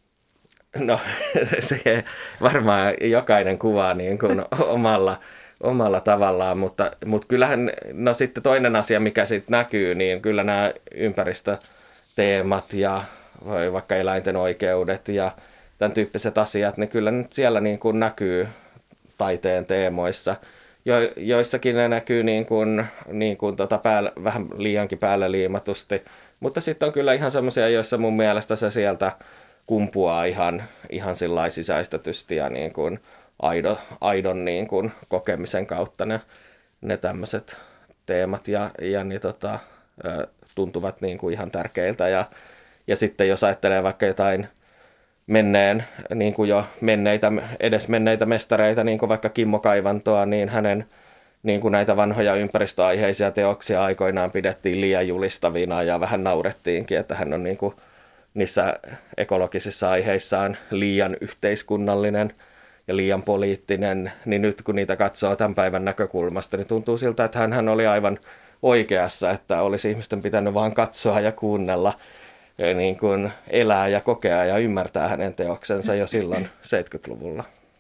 No se varmaan jokainen kuvaa niin kuin omalla, omalla tavallaan, mutta, mutta kyllähän no sitten toinen asia, mikä sitten näkyy, niin kyllä nämä ympäristöteemat ja vaikka eläinten oikeudet ja tämän tyyppiset asiat, niin kyllä nyt siellä niin kuin näkyy taiteen teemoissa. Jo, joissakin ne näkyy niin kuin, niin kuin tota päällä, vähän liiankin päälle liimatusti, mutta sitten on kyllä ihan semmoisia, joissa mun mielestä se sieltä kumpuaa ihan, ihan sillai sisäistetysti ja niin kuin aidon, aidon niin kuin kokemisen kautta ne, ne tämmöiset teemat ja, ja niin tota, tuntuvat niin kuin ihan tärkeiltä. Ja, ja sitten jos ajattelee vaikka jotain menneen, niin kuin jo menneitä, edes menneitä mestareita, niin kuin vaikka Kimmo Kaivantoa, niin hänen niin kuin näitä vanhoja ympäristöaiheisia teoksia aikoinaan pidettiin liian julistavina ja vähän naurettiinkin, että hän on niin kuin niissä ekologisissa aiheissaan liian yhteiskunnallinen ja liian poliittinen, niin nyt kun niitä katsoo tämän päivän näkökulmasta, niin tuntuu siltä, että hän oli aivan oikeassa, että olisi ihmisten pitänyt vaan katsoa ja kuunnella, niin kuin elää ja kokea ja ymmärtää hänen teoksensa jo silloin seitsemänkymmentäluvulla.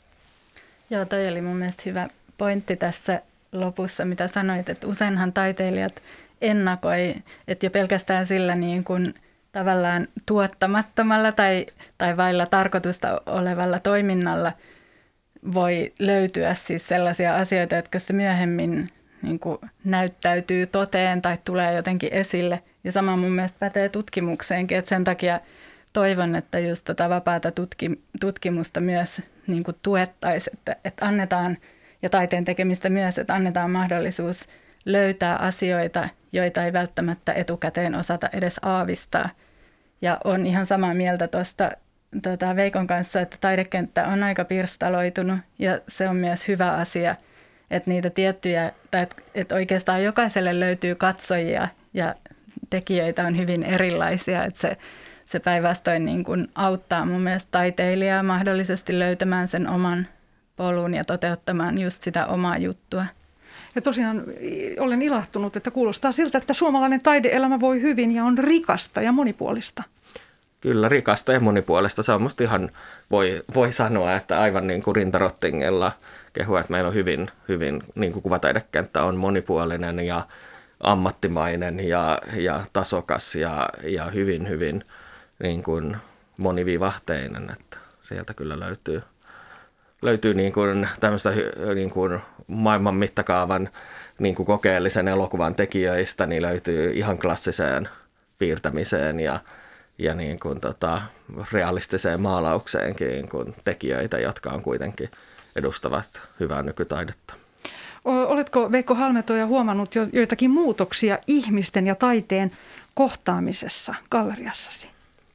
Joo, toi oli mun mielestä hyvä pointti tässä lopussa, mitä sanoit, että useinhan taiteilijat ennakoi, että jo pelkästään sillä niin kuin tavallaan tuottamattomalla tai, tai vailla tarkoitusta olevalla toiminnalla voi löytyä siis sellaisia asioita, jotka sitten myöhemmin niin kuin näyttäytyy toteen tai tulee jotenkin esille. Ja sama mun mielestä pätee tutkimukseenkin, että sen takia toivon, että just tota vapaata tutki, tutkimusta myös niin kuin tuettaisiin, että, että annetaan, ja taiteen tekemistä myös, että annetaan mahdollisuus löytää asioita, joita ei välttämättä etukäteen osata edes aavistaa. Ja on ihan samaa mieltä tuosta tota Veikon kanssa, että taidekenttä on aika pirstaloitunut ja se on myös hyvä asia, että niitä tiettyjä, tai että, että oikeastaan jokaiselle löytyy katsojia ja tekijöitä on hyvin erilaisia, että se, se päinvastoin niin kuin auttaa mun mielestä taiteilijaa mahdollisesti löytämään sen oman polun ja toteuttamaan just sitä omaa juttua. Ja tosiaan olen ilahtunut, että kuulostaa siltä, että suomalainen taideelämä voi hyvin ja on rikasta ja monipuolista. Kyllä, rikasta ja monipuolista. Se on musta ihan, voi, voi sanoa, että aivan niin kuin Rinta Rottingilla kehua, että meillä on hyvin, hyvin niin kuin kuvataidekenttä on monipuolinen ja ammattimainen ja, ja tasokas ja, ja hyvin, hyvin niin kuin monivivahteinen, että sieltä kyllä löytyy, löytyy niin kuin tämmöistä niin kuin maailman mittakaavan niin kuin kokeellisen elokuvan tekijöistä, niin löytyy ihan klassiseen piirtämiseen ja, ja niin kuin tota, realistiseen maalaukseenkin niin kuin tekijöitä, jotka on kuitenkin edustavat hyvää nykytaidetta. Oletko, Veikko Halmetoja, huomannut jo joitakin muutoksia ihmisten ja taiteen kohtaamisessa galleriassasi?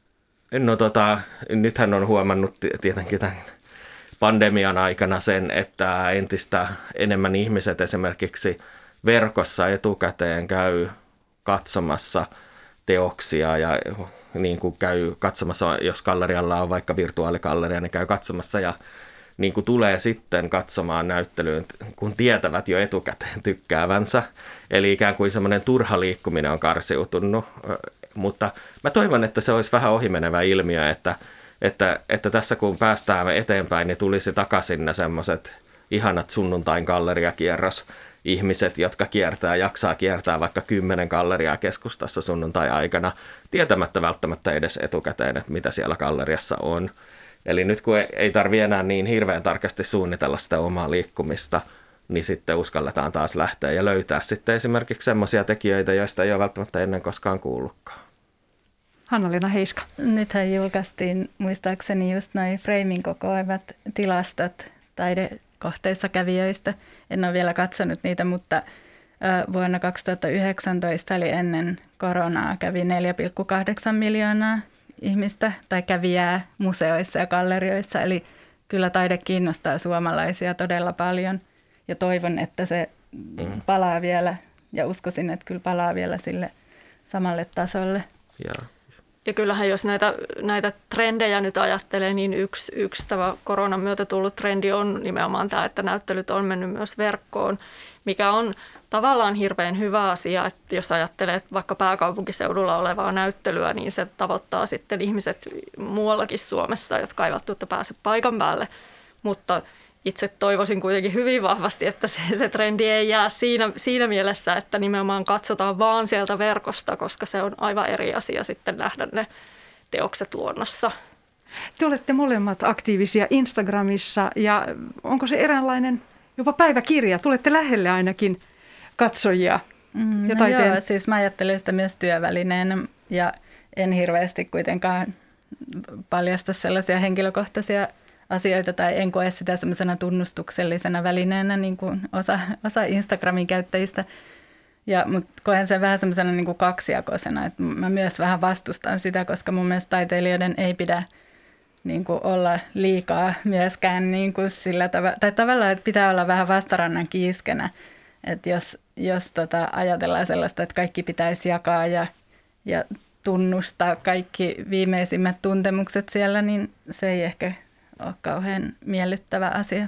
No tota, nythän on huomannut tietenkin tämän pandemian aikana sen, että entistä enemmän ihmiset esimerkiksi verkossa etukäteen käy katsomassa teoksia ja niin kuin käy katsomassa, jos gallerialla on vaikka virtuaaligalleria, niin käy katsomassa ja niin kuin tulee sitten katsomaan näyttelyyn, kun tietävät jo etukäteen tykkäävänsä. Eli ikään kuin semmoinen turha liikkuminen on karsiutunut, mutta mä toivon, että se olisi vähän ohimenevä ilmiö, että, että, että tässä kun päästään eteenpäin, niin tulisi takaisin ne semmoiset ihanat sunnuntain galleriakierros ihmiset, jotka kiertää, jaksaa kiertää vaikka kymmenen galleriaa keskustassa sunnuntai-aikana, tietämättä välttämättä edes etukäteen, että mitä siellä galleriassa on. Eli nyt kun ei tarvitse enää niin hirveän tarkasti suunnitella sitä omaa liikkumista, niin sitten uskalletaan taas lähteä ja löytää sitten esimerkiksi semmoisia tekijöitä, joista ei ole välttämättä ennen koskaan kuullutkaan. Hanna-Leena Heiska. Nythän julkaistiin muistaakseni just noin Framin kokoavat tilastot taidekohteissa kävijöistä. En ole vielä katsonut niitä, mutta vuonna kaksituhattayhdeksäntoista eli ennen koronaa kävi neljä pilkku kahdeksan miljoonaa ihmistä tai kävijää museoissa ja gallerioissa. Eli kyllä taide kiinnostaa suomalaisia todella paljon ja toivon, että se mm. palaa vielä ja uskoisin, että kyllä palaa vielä sille samalle tasolle. Ja, ja kyllähän jos näitä, näitä trendejä nyt ajattelee, niin yksi, yksi tämä koronan myötä tullut trendi on nimenomaan tämä, että näyttelyt on mennyt myös verkkoon, mikä on tavallaan hirveän hyvä asia, että jos ajattelee vaikka pääkaupunkiseudulla olevaa näyttelyä, niin se tavoittaa sitten ihmiset muuallakin Suomessa, jotka eivät välttämättä pääse paikan päälle, mutta itse toivoisin kuitenkin hyvin vahvasti, että se, se trendi ei jää siinä, siinä mielessä, että nimenomaan katsotaan vaan sieltä verkosta, koska se on aivan eri asia sitten nähdä ne teokset luonnossa. Te olette molemmat aktiivisia Instagramissa ja onko se eräänlainen jopa päiväkirja? Tulette lähelle ainakin katsojia mm, ja no taiteen. Joo, siis mä ajattelen sitä myös työvälineenä ja en hirveästi kuitenkaan paljasta sellaisia henkilökohtaisia asioita tai en koe sitä semmoisena tunnustuksellisena välineenä niin kuin osa, osa Instagramin käyttäjistä. Ja, mutta koen sen vähän semmoisena niin kuin kaksijakoisena, että mä myös vähän vastustan sitä, koska mun mielestä taiteilijoiden ei pidä niin kuin olla liikaa myöskään niin kuin sillä tavalla, tai tavallaan, että pitää olla vähän vastarannan kiiskenä, että jos, jos tota, ajatellaan sellaista, että kaikki pitäisi jakaa ja, ja tunnustaa kaikki viimeisimmät tuntemukset siellä, niin se ei ehkä ole kauhean miellyttävä asia.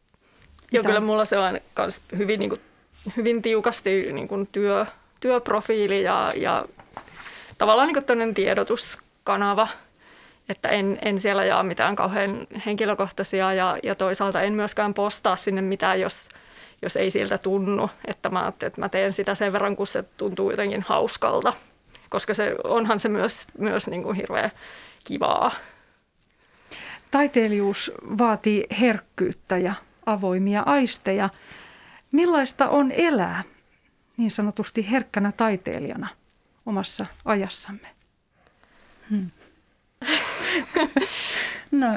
Joo, kyllä mulla se on myös hyvin, niin kuin, hyvin tiukasti niin kuin työ, työprofiili ja, ja tavallaan niin kuin toinen tiedotuskanava, että en, en siellä jaa mitään kauhean henkilökohtaisia ja, ja toisaalta en myöskään postaa sinne mitään, jos, jos ei siltä tunnu, että mä, että mä teen sitä sen verran, kun se tuntuu jotenkin hauskalta, koska se, onhan se myös, myös niin kuin hirveän kivaa. Taiteilijuus vaatii herkkyyttä ja avoimia aisteja. Millaista on elää niin sanotusti herkkänä taiteilijana omassa ajassamme? Hmm. No,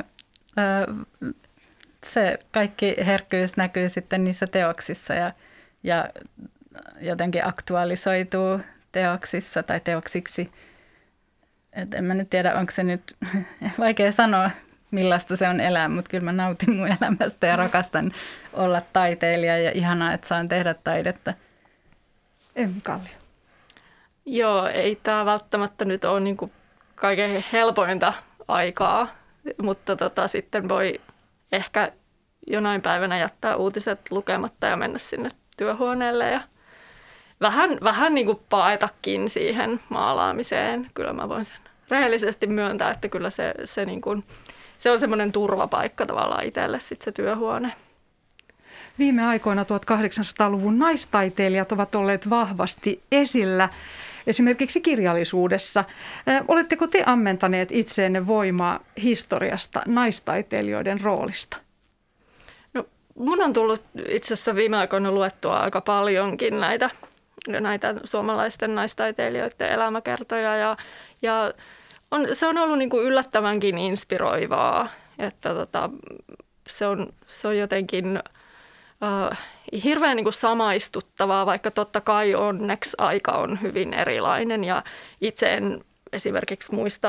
se kaikki herkkyys näkyy sitten niissä teoksissa ja, ja jotenkin aktualisoituu teoksissa tai teoksiksi. Et en mä nyt tiedä, onko se nyt vaikea sanoa, millaista se on elää, mutta kyllä mä nautin mun elämästä ja rakastan olla taiteilija ja ihanaa, että saan tehdä taidetta. Emmi Kallio. Joo, ei tämä välttämättä nyt ole niinku kaiken helpointa aikaa, mutta tota, sitten voi ehkä jonain päivänä jättää uutiset lukematta ja mennä sinne työhuoneelle ja vähän, vähän niin kuin paetakin siihen maalaamiseen. Kyllä mä voin sen rehellisesti myöntää, että kyllä se, se, niin kuin, se on semmoinen turvapaikka tavallaan itselle sitten se työhuone. Viime aikoina tuhatkahdeksansataaluvun naistaiteilijat ovat olleet vahvasti esillä. Esimerkiksi kirjallisuudessa. Oletteko te ammentaneet itseenne voimaa historiasta, naistaiteilijoiden roolista? No, mun on tullut itse asiassa viime aikoina luettua aika paljonkin näitä, näitä suomalaisten naistaiteilijoiden elämäkertoja. Ja, ja on, se on ollut niin kuin yllättävänkin inspiroivaa, että tota, se, on, se on jotenkin Uh, hirveän niin kuin samaistuttavaa, vaikka totta kai onneksi aika on hyvin erilainen ja itse en esimerkiksi muista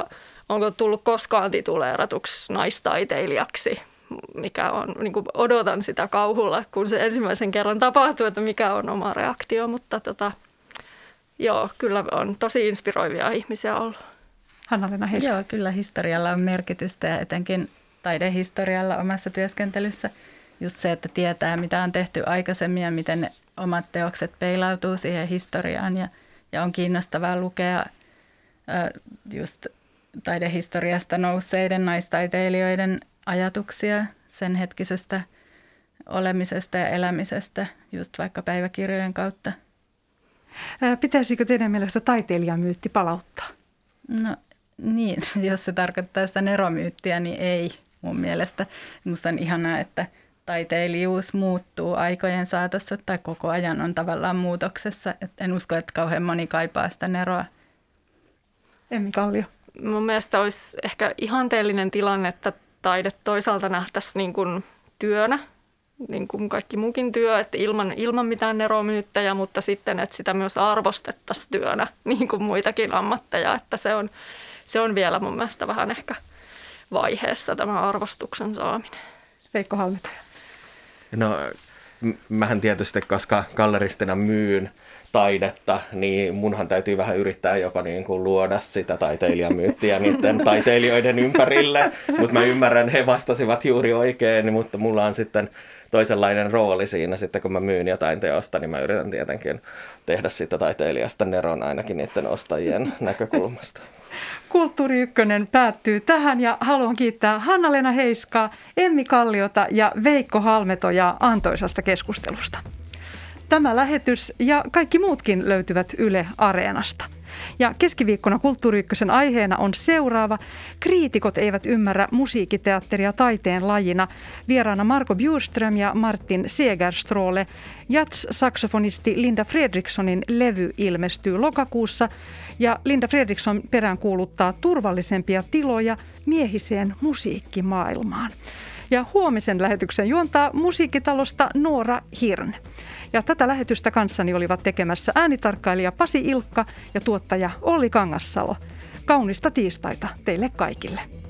onko tullut koskaan tituleeratuksi naistaiteilijaksi, mikä on, niin kuin odotan sitä kauhulla, kun se ensimmäisen kerran tapahtuu, että mikä on oma reaktio, mutta tota, joo, kyllä on tosi inspiroivia ihmisiä ollut. Hanna-Leena Heiska. Joo, kyllä historialla on merkitystä ja etenkin taidehistorialla omassa työskentelyssä. Just se, että tietää, mitä on tehty aikaisemmin ja miten ne omat teokset peilautuu siihen historiaan. Ja, ja on kiinnostavaa lukea äh, just taidehistoriasta nousseiden naistaiteilijoiden ajatuksia sen hetkisestä olemisesta ja elämisestä, just vaikka päiväkirjojen kautta. Pitäisikö teidän mielestä taiteilijamyytti palauttaa? No niin, jos se tarkoittaa sitä neromyyttiä, niin ei mun mielestä. Minusta on ihanaa, että taiteilijuus muuttuu aikojen saatossa tai koko ajan on tavallaan muutoksessa. Et en usko, että kauhean moni kaipaa sitä neroa. Emmi Kallio. Mun mielestä olisi ehkä ihanteellinen tilanne, että taide toisaalta nähtäisiin niin kuin työnä, niin kuin kaikki muukin työ, että ilman, ilman mitään neromyyttejä, mutta sitten, että sitä myös arvostettaisiin työnä, niin kuin muitakin ammatteja, että se on, se on vielä mun mielestä vähän ehkä vaiheessa tämä arvostuksen saaminen. Veikko Halmetoja. No, mähän tietysti, koska galleristina myyn taidetta, niin munhan täytyy vähän yrittää jopa niin kuin luoda sitä taiteilijamyyttiä niiden taiteilijoiden ympärille. Mutta mä ymmärrän, he vastasivat juuri oikein, mutta mulla on sitten toisenlainen rooli siinä. Sitten kun mä myyn jotain teosta, niin mä yritän tietenkin tehdä sitä taiteilijasta neron ainakin niiden ostajien näkökulmasta. Kulttuuri Ykkönen päättyy tähän ja haluan kiittää Hanna-Leena Heiskaa, Emmi Kalliota ja Veikko Halmetoja antoisasta keskustelusta. Tämä lähetys ja kaikki muutkin löytyvät Yle Areenasta. Ja keskiviikkona Kulttuuri Ykkösen aiheena on seuraava. Kriitikot eivät ymmärrä musiikkiteatteria taiteen lajina. Vieraana Marco Bjurström ja Martin Segerstråle. Jazz-saksofonisti Linda Fredrikssonin levy ilmestyy lokakuussa. Ja Linda Fredriksson peräänkuuluttaa turvallisempia tiloja miehiseen musiikkimaailmaan. Ja huomisen lähetyksen juontaa musiikkitalosta Noora Hirn. Ja tätä lähetystä kanssani olivat tekemässä äänitarkkailija Pasi Ilkka ja tuottaja Olli Kangassalo. Kaunista tiistaita teille kaikille.